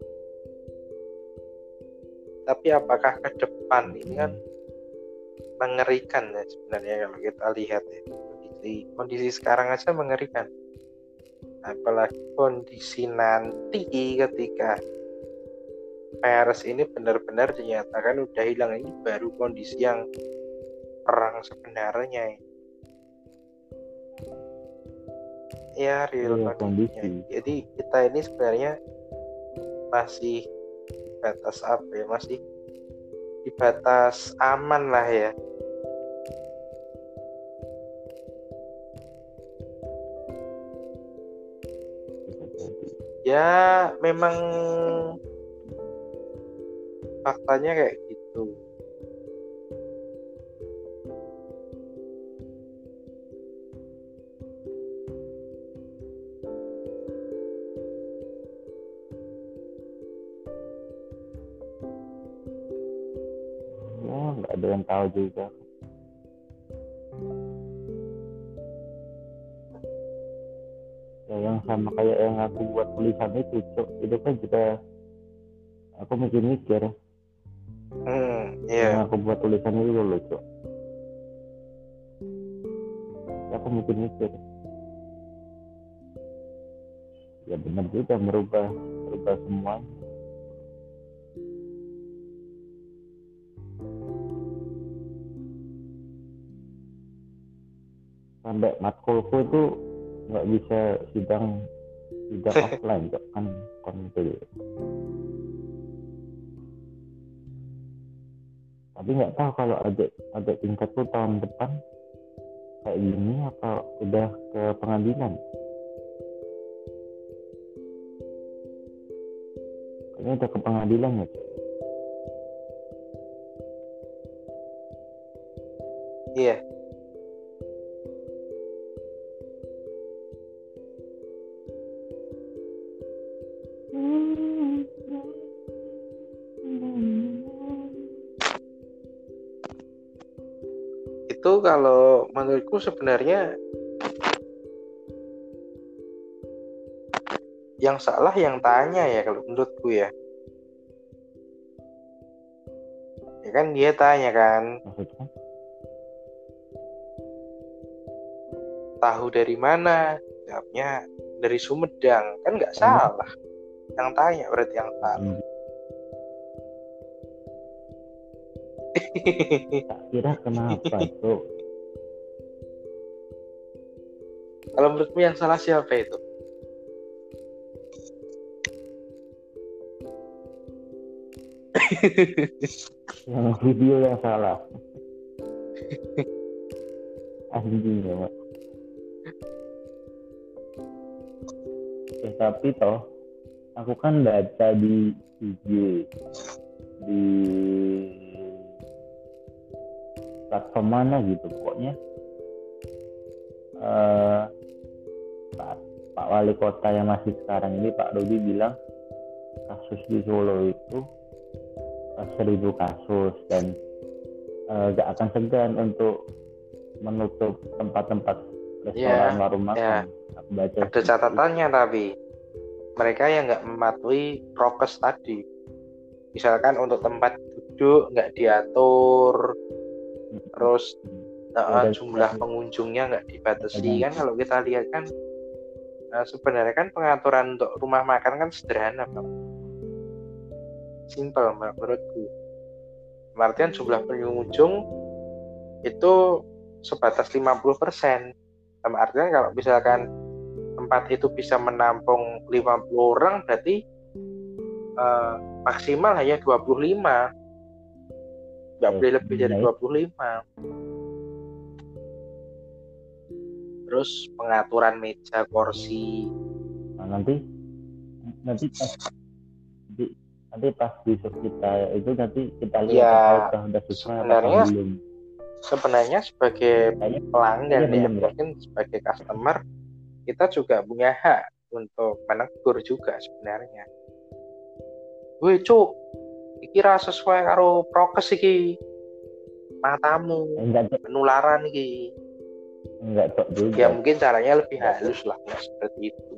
Tapi apakah ke depan ini kan mengerikan ya sebenarnya kalau kita lihat ya, kondisi sekarang aja mengerikan. Apalagi kondisi nanti ketika virus ini benar-benar dinyatakan udah hilang, ini baru kondisi yang perang sebenarnya ya real kondisinya. Jadi kita ini sebenarnya masih batas masih di batas aman lah ya. Ya memang faktanya kayak gitu. nggak ada yang tahu juga. Ya yang sama kayak yang aku buat tulisan itu Cok, itu kan juga aku mikir-mikir yang Iya. aku buat tulisan itu loh Cok, aku mikir-mikir ya benar juga merubah semuanya. Sampai matkulku itu nggak bisa sidang offline Cok, kan konten. Tapi nggak tahu kalau adik tingkatku tahun depan kayak gini apa udah ke pengadilan. Kayaknya udah ke pengadilan ya Cok. Iya. Itu kalau menurutku sebenarnya yang salah yang tanya ya kalau menurutku ya. Ya kan dia tanya kan, Maksudnya tahu dari mana? Jawabnya dari Sumedang. Kan nggak salah. Yang tanya berarti yang salah. tak kira kenapa Cok. Kalau menurutmu yang salah siapa itu? Yang video yang salah. Anjing ya Mak. Tapi toh aku kan baca di IG, di platform mana gitu pokoknya Pak Wali Kota yang masih sekarang ini Pak Rudi bilang kasus di Solo itu 1.000 kasus dan gak akan segan untuk menutup tempat-tempat restoran, warung makan. Aku baca ada catatannya itu. Tapi mereka yang nggak mematuhi prokes tadi, misalkan untuk tempat duduk nggak diatur, terus jumlah pengunjungnya nggak dibatasi kan. Kalau kita lihat kan sebenarnya kan pengaturan untuk rumah makan kan sederhana Pak, simple menurutku. Artian jumlah pengunjung itu sebatas 50%. Sama artinya kalau misalkan tempat itu bisa menampung 50 orang berarti maksimal hanya 25, nggak boleh lebih dari 25. Terus pengaturan meja, kursi. Nanti pas besok kita itu nanti kita lihat apakah udah sesuai atau belum. Sebenarnya sebagai pelanggan ya, mungkin sebagai customer kita juga punya hak untuk menegur juga sebenarnya. Wih cuk, iki ra sesuai karo prokes iki, matamu penularan iki. Enggak Cok juga. Ya mungkin caranya lebih halus lah, nggak seperti itu.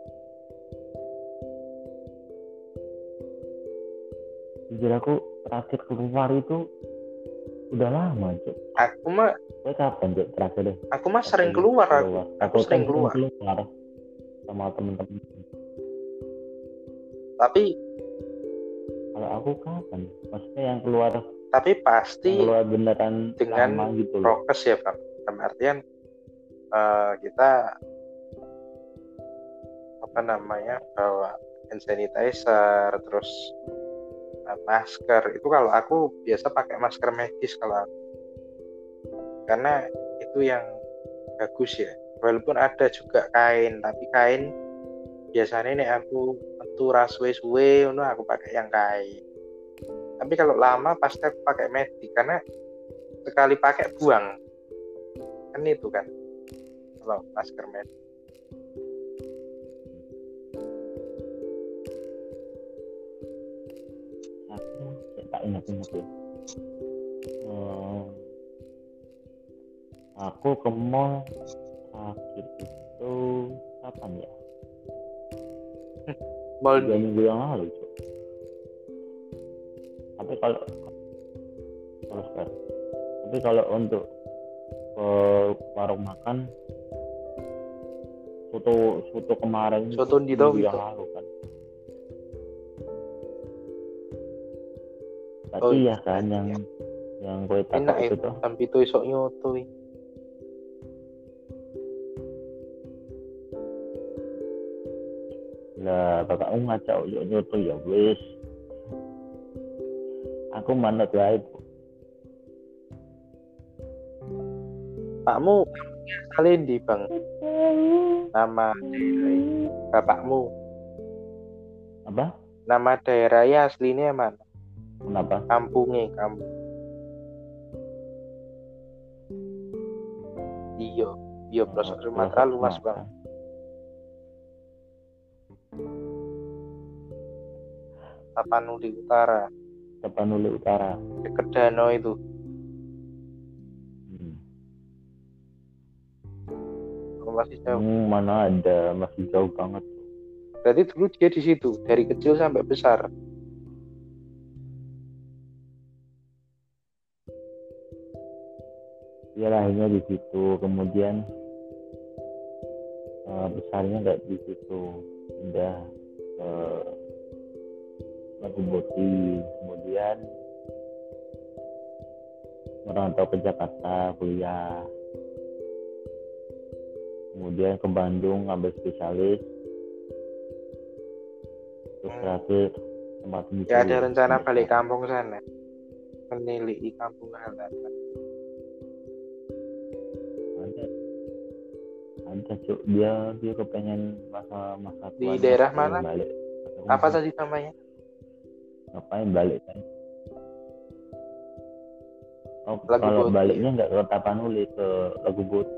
Jujur aku terakhir keluar itu udah lama Cok. Aku mah kapan Cok terakhir deh? Aku mah sering keluar. Aku sering keluar sama temen-temen. Tapi kalau aku kapan? Maksudnya yang keluar. Tapi pasti yang keluar beneran dengan gitu prokes ya Pak. Dalam artian kita bawa hand sanitizer, terus masker. Itu kalau aku biasa pakai masker medis kalau aku, karena itu yang bagus ya. Walaupun ada juga kain, tapi kain biasanya nih aku metu suwe-suwe aku pakai yang kain. Tapi kalau lama pasti aku pakai medis, karena sekali pakai buang kan itu kan kalau masker medis. Tak ingat ya. Hmm, aku ke mall akhir itu kapan ya? Mall 3 minggu yang lalu, Cuk. Tapi kalau terus kan. Tapi kalau untuk ke warung makan, soto kemarin itu soto di minggu yang gitu. lalu kan. Oh Tadi iya, ya kan iya. yang gue Enak takut ya, itu tuh. sampai itu isok nyoto. Lah bapakku ngajak nyoto ya wis. Aku manut wae. Pakmu salin di bang, nama daerah bapakmu, Apa? nama daerahnya aslinya mana? Kenapa? Kampungnya kamu. Iya, iya pelosok Sumatera Pelosok luas bang. Sumatera. Tapanuli Utara, Tapanuli Utara. dekat danau itu. Masih jauh. Mana ada, masih jauh banget. Berarti dulu dia di situ dari kecil sampai besar. Dia lahirnya di situ, kemudian besarnya nggak di situ, pindah ke Labu Boti, kemudian merantau ke Jakarta kuliah, kemudian ke Bandung ngambil spesialis, terus terakhir tempat ini. Ya ada rencana balik kampung sana, menilai kampung halaman. Ada Cuk, dia kepengen masa Di tuanya daerah pengen mana? balik. Apa tadi namanya? Ngapain balik kan? Oh, Lagu kalau Boti, baliknya ya? nggak ke Tapanuli, ke Lagu Boti.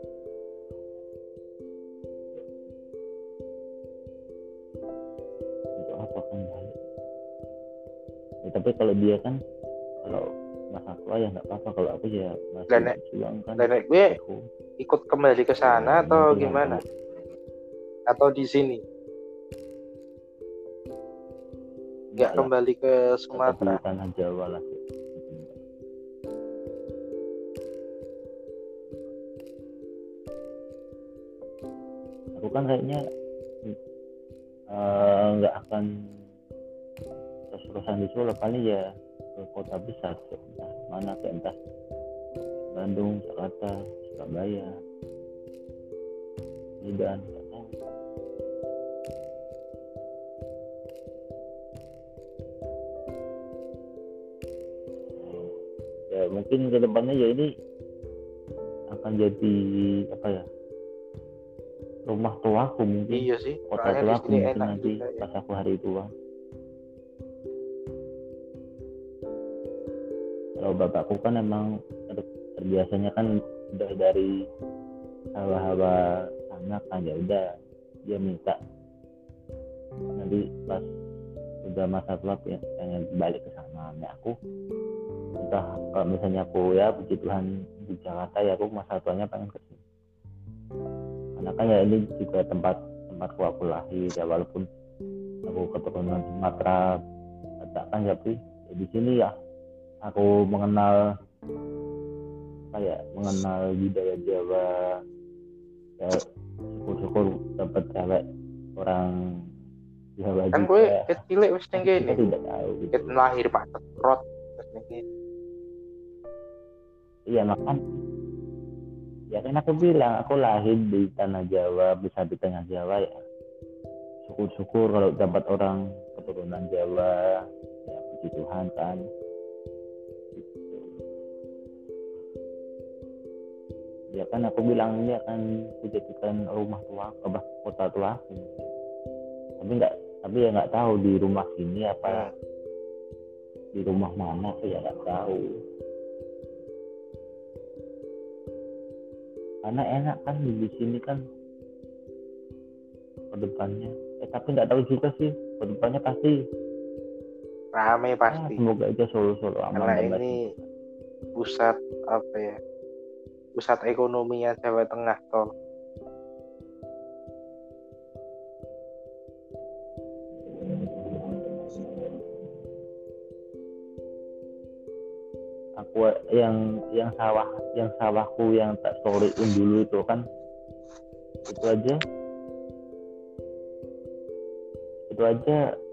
Untuk apa kan balik? Ya, tapi kalau dia kan, kalau masa tua ya nggak apa-apa. Kalau aku ya masih berjuang kan. Dan gue aku ikut kembali ke sana atau nanti gimana? Atau di sini? Nggak kembali ke Sumatera? Tetap di tanah Jawa lah. Aku kan kayaknya nggak akan terus-terusan di Solo, paling ya ke kota besar, entah mana, ke entah Bandung, Jakarta, Surabaya, Medan, nggak tahu. Ya mungkin ke depannya ya ini akan jadi apa ya, rumah tuaku mungkin. Iya sih, Kota soalnya di tuaku sini mungkin enak nanti juga ya. pas aku hari tua. Kalau bapakku kan emang terbiasanya kan udah dari hawa-hawa sana kan, ya udah dia minta nanti pas udah masa tua pengen balik ke sana. Nah aku entah, kalau misalnya aku ya puji Tuhan di Jakarta, ya aku masa tuanya pengen ke sini, karena kan ya ini juga tempatku aku lahir ya, walaupun aku keturunan Sumatera katakan, tapi ya di sini ya aku mengenal budaya Jawa ya. Syukur-syukur dapat cewek orang Jawa Kan juga. gue kecil wis ning Kita kene. tidak tahu gitu. Ket lahir Pak Tekrot wis ning kene. Iya, makan ya kan aku bilang aku lahir di tanah Jawa, besar di tengah Jawa ya. Syukur-syukur kalau dapat orang keturunan Jawa, ya puji Tuhan kan. Ya kan aku bilang ini akan dijadikan rumah tua, kota tua. Tapi ya nggak tahu di rumah sini apa di rumah mana tuh ya nggak tahu. Karena enak kan di sini kan ke depannya. Tapi nggak tahu juga sih ke depannya pasti Rame pasti. semoga aja Solo aman Karena dan ini pusat apa ya, pusat ekonominya Jawa Tengah tol. Aku yang sawahku yang tak storyin dulu itu kan, itu aja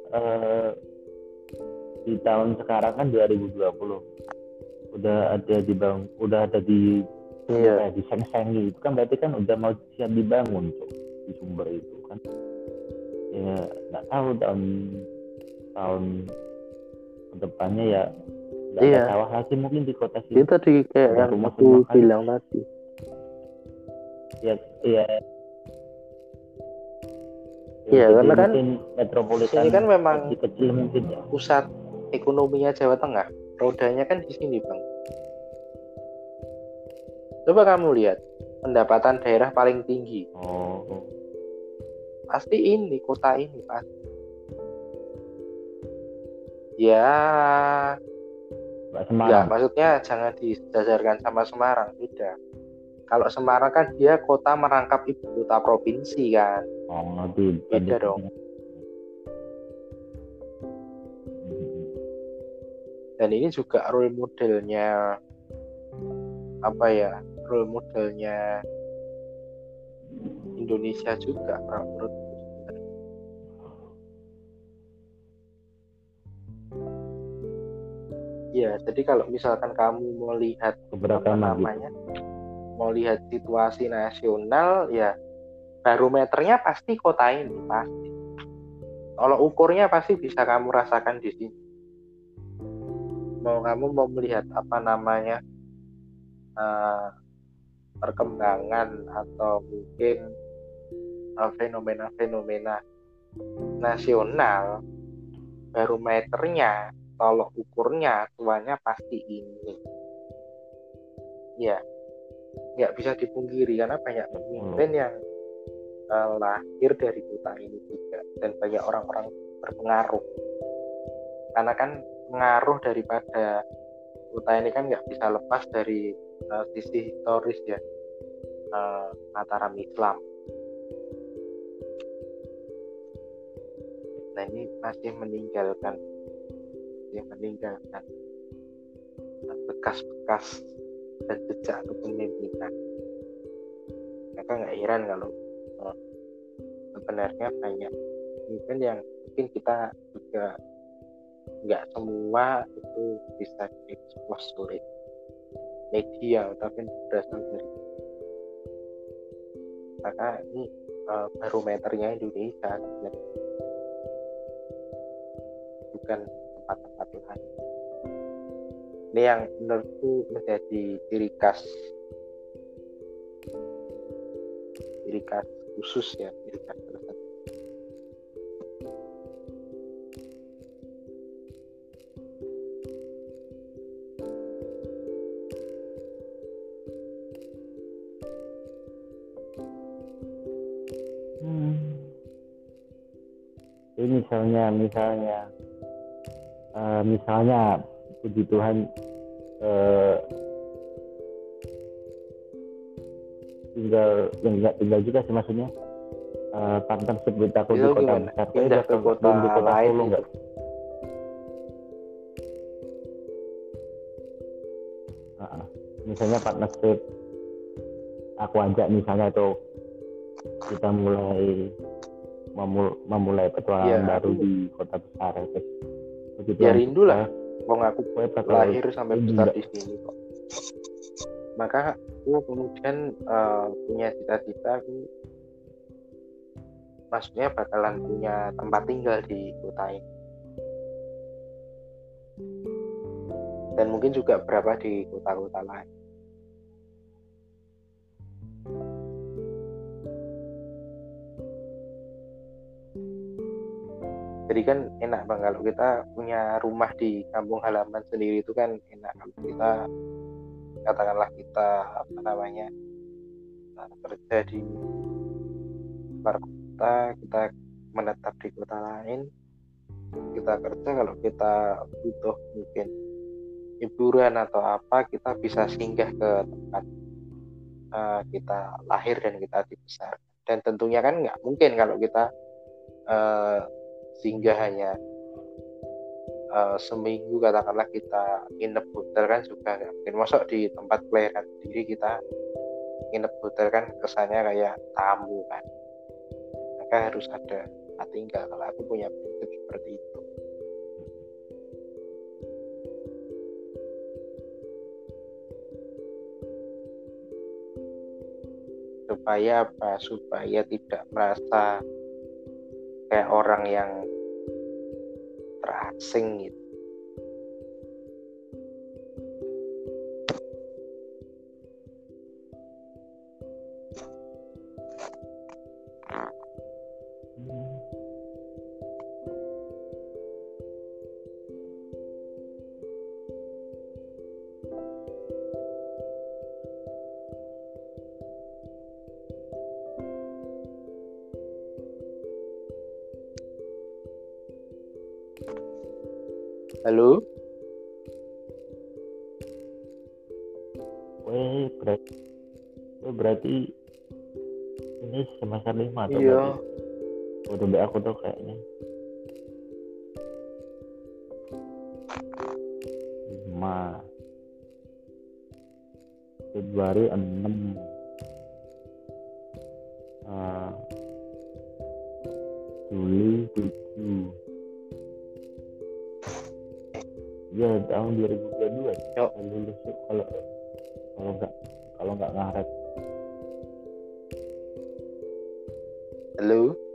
di tahun sekarang kan 2020 udah ada di Iya. diseng-sengi, itu kan berarti kan udah mau siap dibangun tuh di Sumber itu kan. Ya nggak tahu tahun kedepannya ya nggak ada Iya. sawah lagi mungkin di kota sini. Itu tadi kayak Ada yang rumah-rumah aku kan. bilang tadi. Iya, Iya, jadi karena kan mungkin metropolitan sini kan memang kecil mungkin ya. pusat ekonominya Jawa Tengah. Rodanya kan di sini, Bang. Coba kamu lihat pendapatan daerah paling tinggi. Oh, Pasti ini, kota ini pasti. Ya, Mbak enggak, Semarang. maksudnya jangan disejajarkan sama Semarang, tidak. Kalau Semarang kan dia kota merangkap ibu kota provinsi kan. Oh, nanti Beda dong. Dan ini juga role modelnya apa ya? Role modelnya Indonesia juga menurut. Ya, jadi kalau misalkan kamu mau lihat apa namanya, mau lihat situasi nasional, ya barometernya pasti kota ini pasti. Kalau ukurnya pasti bisa kamu rasakan di sini. Kamu mau melihat apa namanya perkembangan atau mungkin fenomena-fenomena nasional, barometernya, tolok ukurnya, tuanya pasti ini. Ya, nggak bisa dipungkiri karena banyak pemimpin yang lahir dari kota ini juga, dan banyak orang-orang berpengaruh. Karena kan pengaruh daripada kota ini kan nggak bisa lepas dari sisi historis ya, Mataram Islam. Nah ini masih meninggalkan bekas-bekas dan jejak kepemimpinan. Maka nggak heran kalau sebenarnya banyak pemimpin yang mungkin kita juga nggak semua itu bisa diekspos oleh media tapi berasal dari. Maka ini barometernya Indonesia sebenarnya, bukan tempat-tempat lain. Ini yang menurutku menjadi ciri khas khusus ya, ciri khas tersebut. Ini misalnya puji Tuhan tinggal juga sih, maksudnya partnership kita di kota besar, pindah ke kota lain Solo nggak? Misalnya partnership aku ajak misalnya tuh kita memulai petualangan baru di kota besar. Ya rindu lah, aku lahir sampai besar di sini kok. Maka aku kemudian punya cita-cita, aku maksudnya bakalan punya tempat tinggal di kota ini, dan mungkin juga berapa di kota-kota lain. Jadi kan enak Bang, kalau kita punya rumah di kampung halaman sendiri itu kan enak. Kalau kita katakanlah kita kerja di luar kota, kita menetap di kota lain, kita kerja, kalau kita butuh mungkin hiburan atau apa, kita bisa singgah ke tempat kita lahir dan kita dibesarkan. Dan tentunya kan nggak mungkin kalau kita singgah hanya seminggu, katakanlah kita nginep hotel kan juga nggak mungkin. Masuk di tempat kelahiran sendiri kita nginep hotel kan kesannya kayak tamu kan. Maka harus ada tempat tinggal. Kalau aku punya prinsip seperti itu. Supaya apa? Supaya tidak merasa kayak orang yang terasing gitu. Halo? Berarti ini semester 5 atau Iya. berarti udah be aku tuh kayaknya 5 Februari 6 Juli 7 ya tahun 2022 Yuk. lulus tuh kalau nggak ngaret. Halo?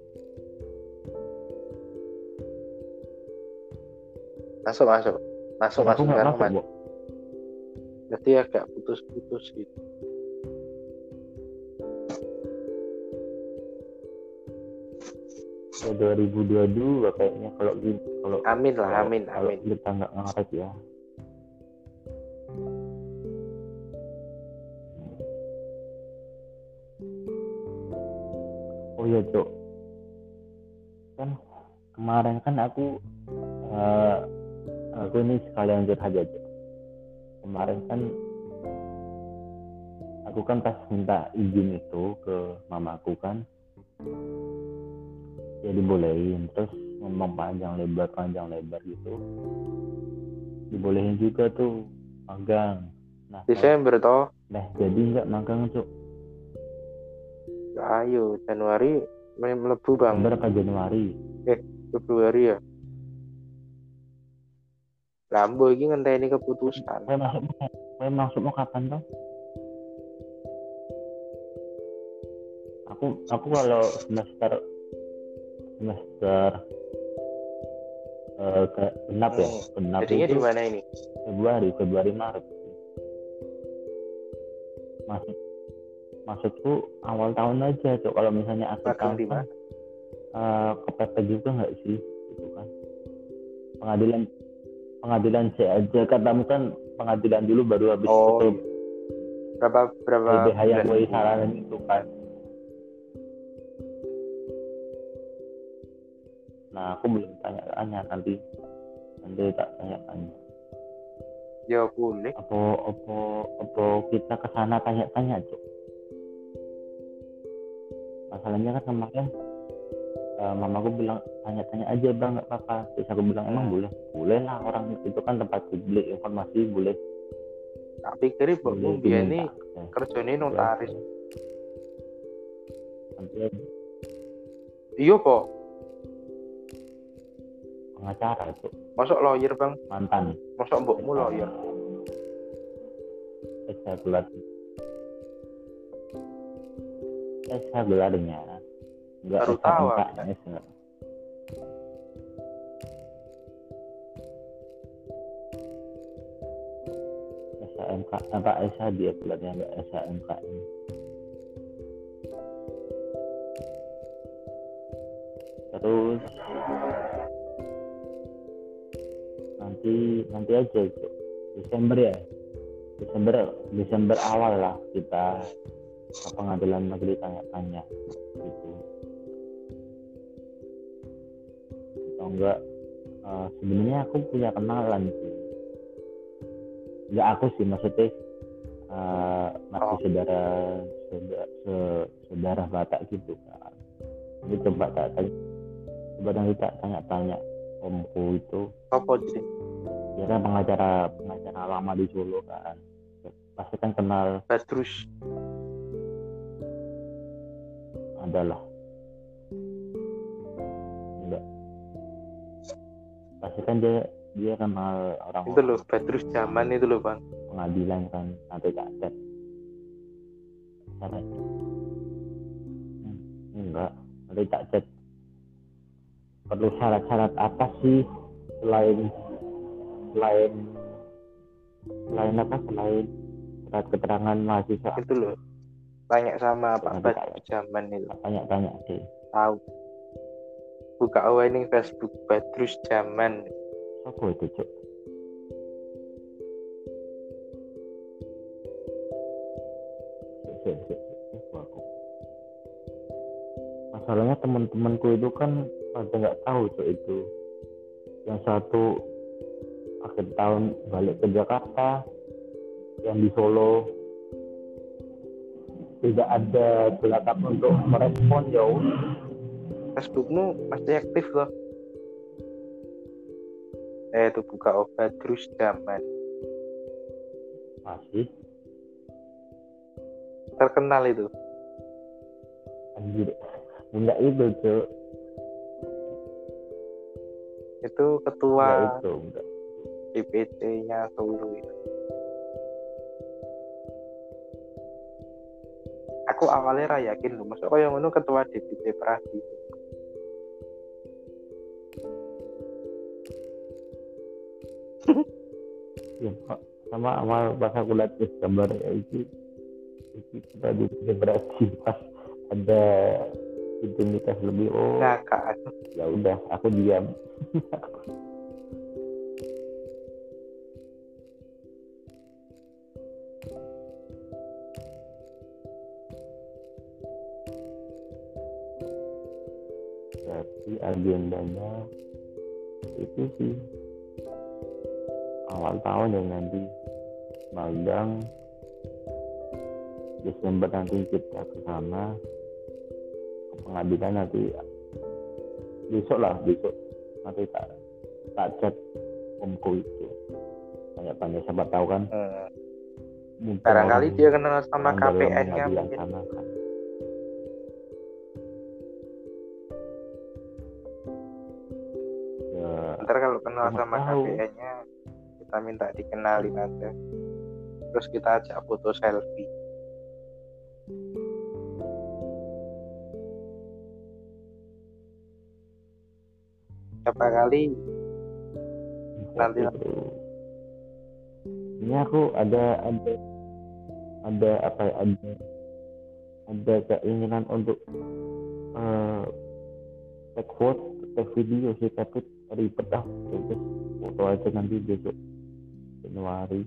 Masuk Aku nggak masuk, Bu. Berarti agak putus-putus gitu. Ya 2022 kayaknya kalau Amin lah, amin. kita nggak ngaret ya. Oh ya, Cok. Kan kemarin kan aku ini sekalian curhat aja, Cok. Kemarin kan aku kan pas minta izin itu ke mamaku kan, ya dibolehin, terus ngomong panjang lebar gitu, dibolehin juga tuh magang. Nah, Desember toh? Nah, jadi nggak magang, Cok. Ayo, Januari melebu bang. Desember ke Januari. Februari ya. Lambo ini ngenteni keputusan. Masukmu kapan toh? Aku kalau semester genap ya. Genap jadinya itu di mana ini? Februari Maret. Maksudku awal tahun aja, Cok. Kalau misalnya akhir tahun di mana? kepepet juga nggak sih, gitu kan? Pengadilan C aja, katamu kan pengadilan dulu baru habis itu. Berapa LBH yang gue saranin itu kan. Nah, aku belum tanya-tanya, nanti tak tanya-tanya. Ya boleh. Apa kita kesana tanya-tanya, Cok. Masalahnya kan kemarin mamaku bilang tanya-tanya aja bang, nggak apa-apa. Terus aku bilang emang boleh lah, orang itu kan tempat publik, informasi boleh. Tak pikir ibu biar ini kerjanya notaris. Iya kok. Pengacara, Cok. Masuk lawyer bang? Mantan. Masuk mbokmu lawyer? Saya gelarnya nggak baru tahu MKS nggak. SMK apa SH dia gelarnya, nggak SMKM. Terus nanti aja, Cok. Desember awal lah kita ke pengadilan negeri tanya-tanya gitu. Atau enggak sebenarnya aku punya kenalan sih nggak aku sih maksudnya masih Oh, saudara Batak gitu kan. Jadi coba tak tanya, coba nanti tak tanya-tanya omku itu, apa sih? dia kan pengacara lama di Solo kan, pasti kan kenal. Badrus. Adalah enggak, pasti kan dia kenal Itu loh, orang-orang Badrus zaman itu loh bang. pengadilan kan, nanti tak chat. Enggak, nanti tak chat. Perlu syarat-syarat apa sih selain selain selain apa selain surat keterangan mahasiswa? Itu loh, tanya sama Pak Nanti tak Badrus zaman itu. tanya-tanya deh. Tahu. Buka awaning Facebook Badrus zaman. Apa itu cok? Aku. Masalahnya teman-temanku itu kan pada nggak tahu cok itu. Yang satu akhir tahun balik ke Jakarta, yang di Solo tidak ada gelagat untuk merespon jauh. Facebookmu masih aktif loh. Itu buka Badrus zaman. Masih Terkenal itu. anjir. Enggak itu cok. Itu ketua Enggak itu, enggak. DPC-nya Solo itu. Aku awalnya ra yakin loh, masuk yang ngono ketua DPC Pradi. Ya, sama awal pas aku lihat gambar itu kita di berarti pas ada intimitas lebih. Oh Ngakak. ya udah aku diam. Jadi agendanya itu sih awal tahun yang nanti magang Desember nanti kita ke sana ke pengadilan nanti besok nanti tak chat omku itu tanya-tanya siapa tahu kan mungkin Barangkali dia kenal sama orang dalam KPN-nya pengadilan mungkin. sana kan. Ya, Ntar kalau kenal aku sama tahu. KPN-nya, kita minta dikenalin aja. Terus kita ajak foto selfie. Siapa kali nanti Itu. Ini aku ada apa ya, ada keinginan untuk take video sih, tapi ribet terus foto aja nanti besok Januari.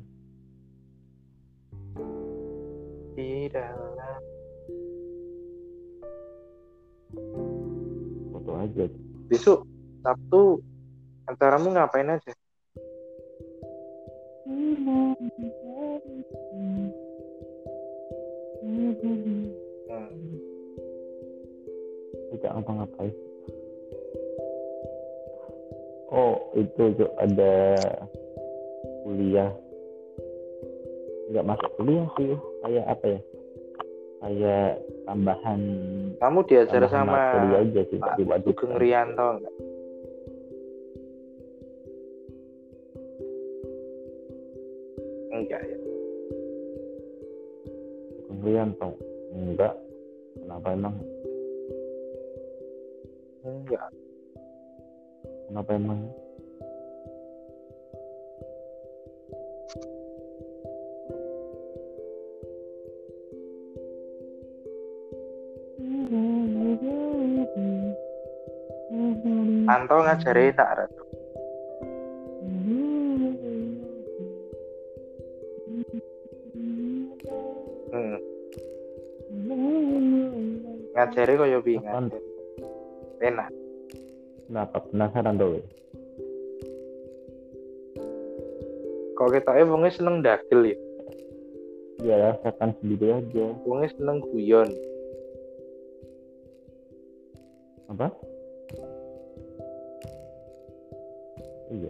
di dalam Foto aja. besok Sabtu acaramu ngapain aja? Tidak ngapa-ngapain. Oh itu ada kuliah, nggak masuk kuliah sih, kayak apa ya, kayak tambahan Kamu diajar sama materi aja sih, Pak tapi wajib Sugeng Rianto enggak? Enggak ya. kemudian tau enggak, kenapa emang Enggak. kenapa emang Anto ngajari tak Ratu? Ngajari kaya piye ngajari? Enak. kenapa penasaran tuh? Kok ketoknya wongnya seneng dagel ya? Ya rasakan sendiri aja. Wongnya seneng guyon. Apa? Iya.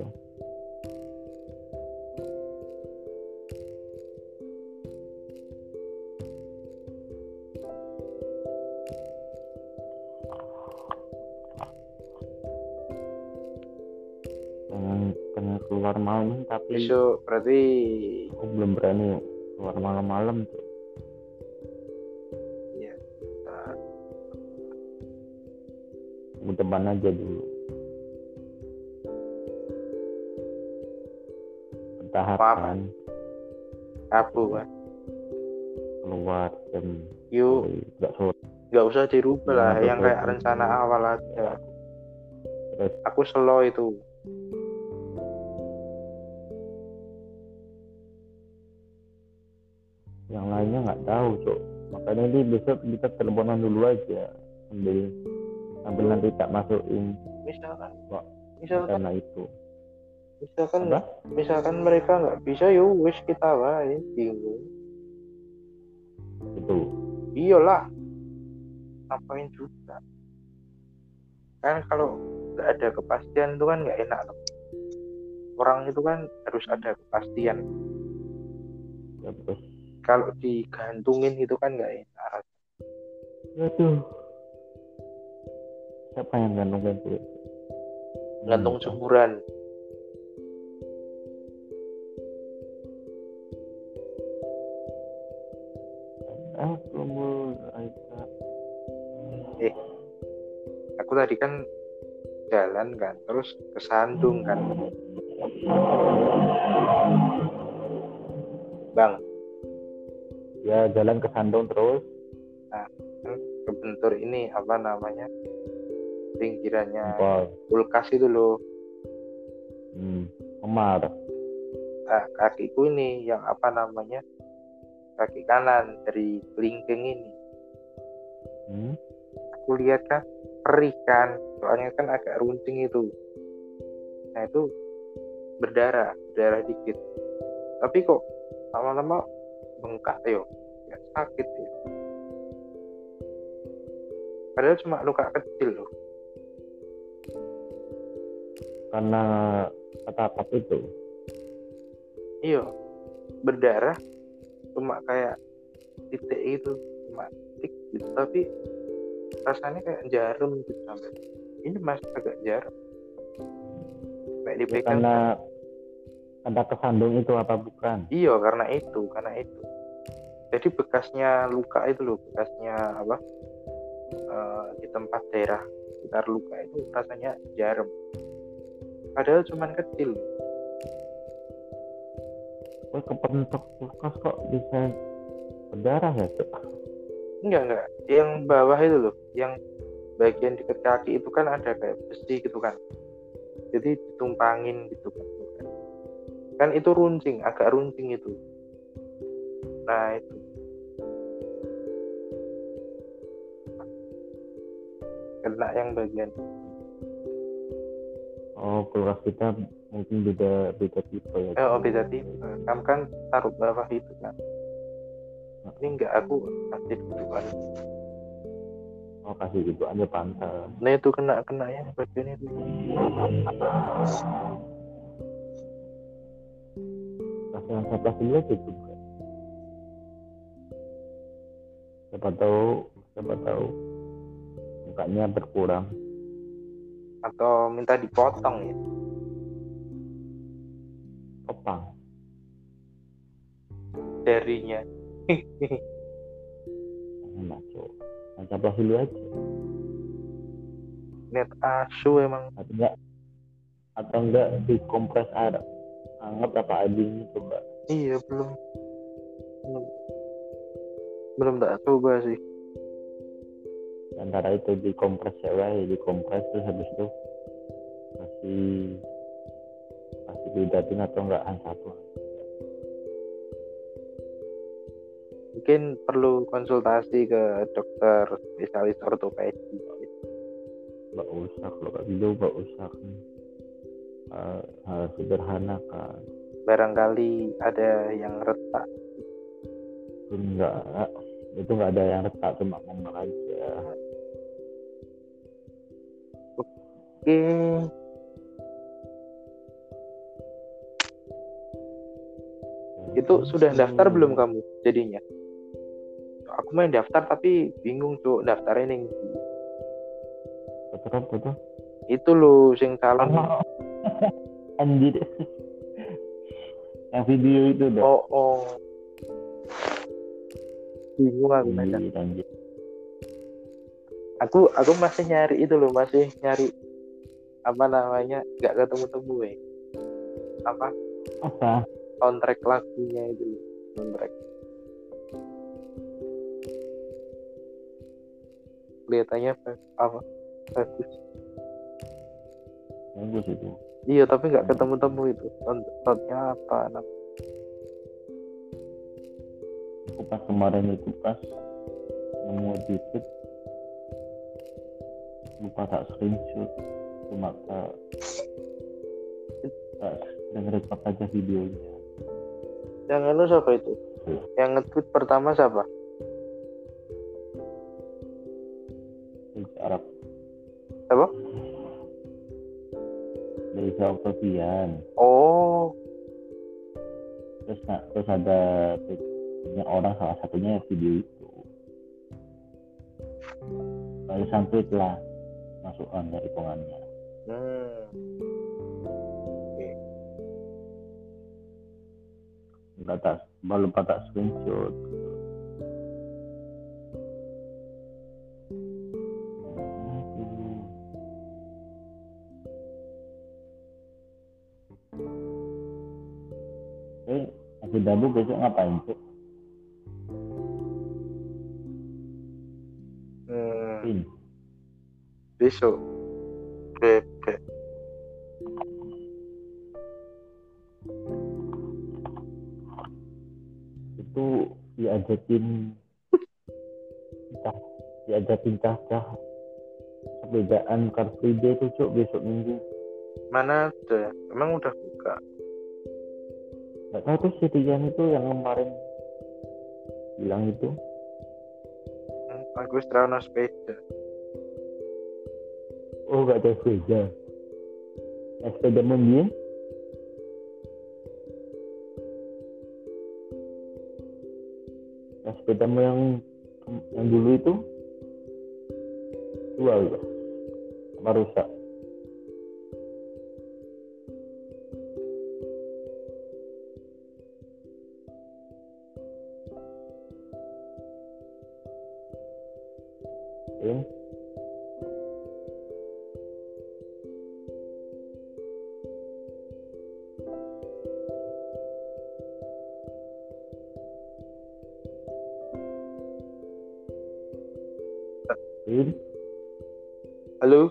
Pengen keluar malam tapi Besok berarti aku belum berani keluar malam-malam tuh. ya nah, Minggu depan aja dulu. Bertahapan Rabu kan. keluar jam Yuk, nggak sore. nggak usah dirubah lah, Atau yang kayak sore. rencana awal aja. Terus Aku slow itu. yang lainnya nggak tahu cok, makanya ini besok kita teleponan dulu aja sambil nanti tak masukin Misalkan, kok misalkan, karena itu misalkan, apa misalkan mereka nggak bisa, yuk wis kita wae bingung. itu Iyalah, ngapain juga? Kan kalau nggak ada kepastian itu kan nggak enak. Orang itu kan harus ada kepastian. ya terus Kalau digantungin itu kan nggak enak. aduh siapa yang gantungin tuh Gantung jemuran. aku mulai Aku tadi kan jalan kan, terus kesandung kan, Bang. ya jalan ke Sandung terus Nah, kan kebentur ini apa namanya, pinggirannya jempol kulkas itu loh. Omar Nah, kakiku ini yang apa namanya, kaki kanan dari kelingking ini. Aku lihat kan perih kan, soalnya kan agak runcing itu. Nah itu berdarah dikit. Tapi kok lama-lama bengkak yo, nggak sakit ya. Padahal cuma luka kecil loh. karena kata-kata itu Iya, berdarah cuma kayak titik itu, cuma titik gitu. Tapi rasanya kayak jarum gitu sampai. Ini masih agak jarum. Kayak ya, dipegang. karena ada kesandung itu apa bukan Iya, karena itu. Jadi bekasnya luka itu loh, bekasnya apa? Di tempat daerah sekitar luka itu rasanya jarum. Padahal cuman kecil. kepentok kulkas kok bisa berdarah ya cok Enggak. Yang bawah itu loh, yang bagian dekat kaki itu kan ada kayak besi gitu kan. Jadi ditumpangin gitu kan. Kan itu runcing, agak runcing itu. Nah itu. Kena yang bagian. oh kulkas kita mungkin beda tipe ya Oh beda tipe. Kamu kan taruh bawah itu kan. Ini enggak, aku kasih duluan. oh kasih gitu aja pantas Nah itu kena ya bagian itu. kasih yang saya dulu aja juga siapa tahu mukanya berkurang Atau minta dipotong ya. opang Jarinya. enak cok ceplos dulu aja Net asu emang. atau enggak dikompres air hangat apa adanya coba Iya belum tak coba sih. antara itu dikompres dikompres terus habis itu kasih lidatin atau enggak satu Mungkin perlu konsultasi ke dokter spesialis ortopedi. nggak usah kalau kayak gitu nggak usah hal sederhana kan barangkali ada yang retak. Enggak, itu nggak ada yang retak, cuma ngomong aja. Oke. Itu sudah daftar belum kamu jadinya? Aku main daftar tapi bingung tuh daftarnya ning. Betul. Itu loh sing calon. Anjir. Yang video itu dong. Oh. Bingung aku Medan. Anjir. Aku masih nyari itu loh, masih nyari apa namanya, nggak ketemu apa soundtrack lagunya itu loh, soundtrack kelihatannya apa bagus itu. Iya tapi nggak ketemu itu soundnya apa aku pas kemarin itu pas nemu di YouTube lupa tak screenshot, cuma tak dengerin apa aja videonya. Yang anu siapa itu? Yang nge-tweet pertama siapa? Arab. Siapa? Dari Octavian. Oh. Terus ada orang, salah satunya video itu. Lalu sampai lah masukannya, hitungannya. Belum tak screenshot. Aku Dabu besok ngapain tuh? Besok bebek itu diajakin cah sepedaan Car Free Day itu Cuk, besok Minggu. Mana ada, emang udah buka? Nggak tahu tuh si Tijan itu yang kemarin bilang itu. Aku setelah sepeda. Oh nggak ada sepeda. Sepeda mobil? Sepedamu yang dulu itu jual apa rusak? Halo?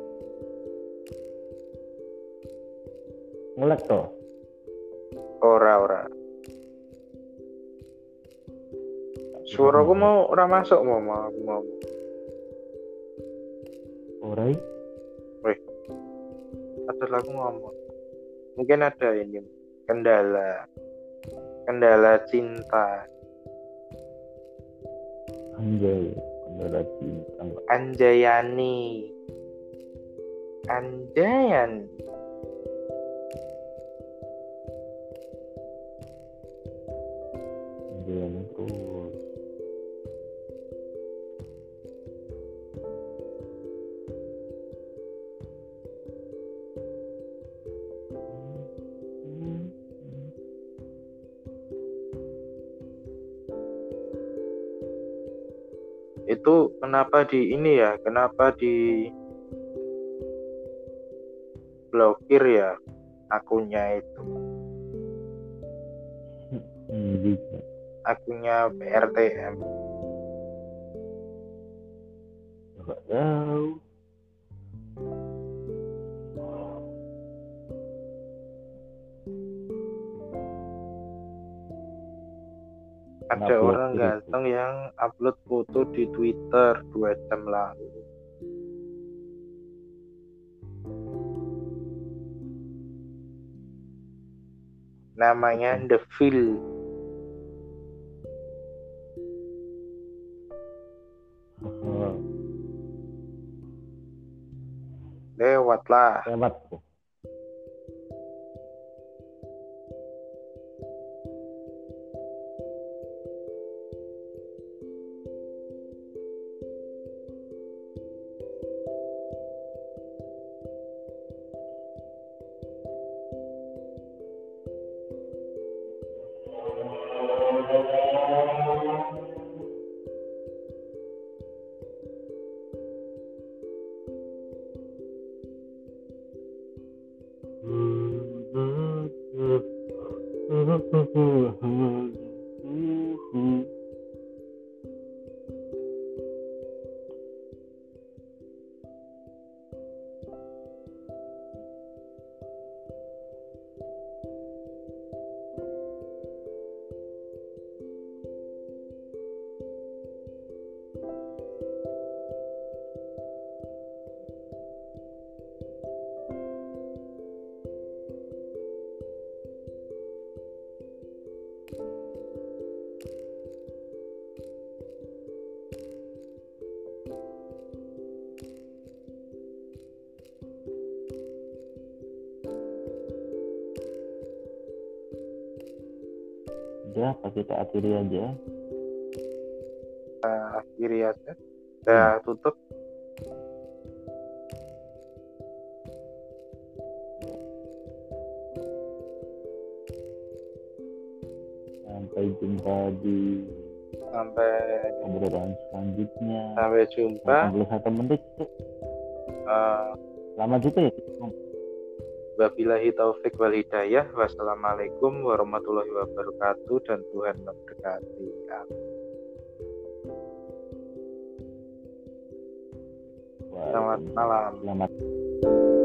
Ngelek toh? Ora. Suaraku mau ora masuk mau. Ora. Ada lagu ngomong. Mungkin ada ini kendala cinta. Anjay, kendala cinta. Anjayani. terus. Itu kenapa di blokir ya akunnya itu? Akunnya PRTM. Nggak tahu. Ada orang ganteng yang upload foto di Twitter 2 jam lalu. namanya The Feel. Lewat lah. Lewat. Udah, apa kita akhiri aja? Akhiri aja. Udah tutup. Sampai jumpa di obrolan selanjutnya. Sampai jumpa. 81 menit. Lama juga ya. Wabillahi taufik wal hidayah. Wassalamualaikum warahmatullahi wabarakatuh, dan Tuhan memberkati. Selamat malam. Selamat.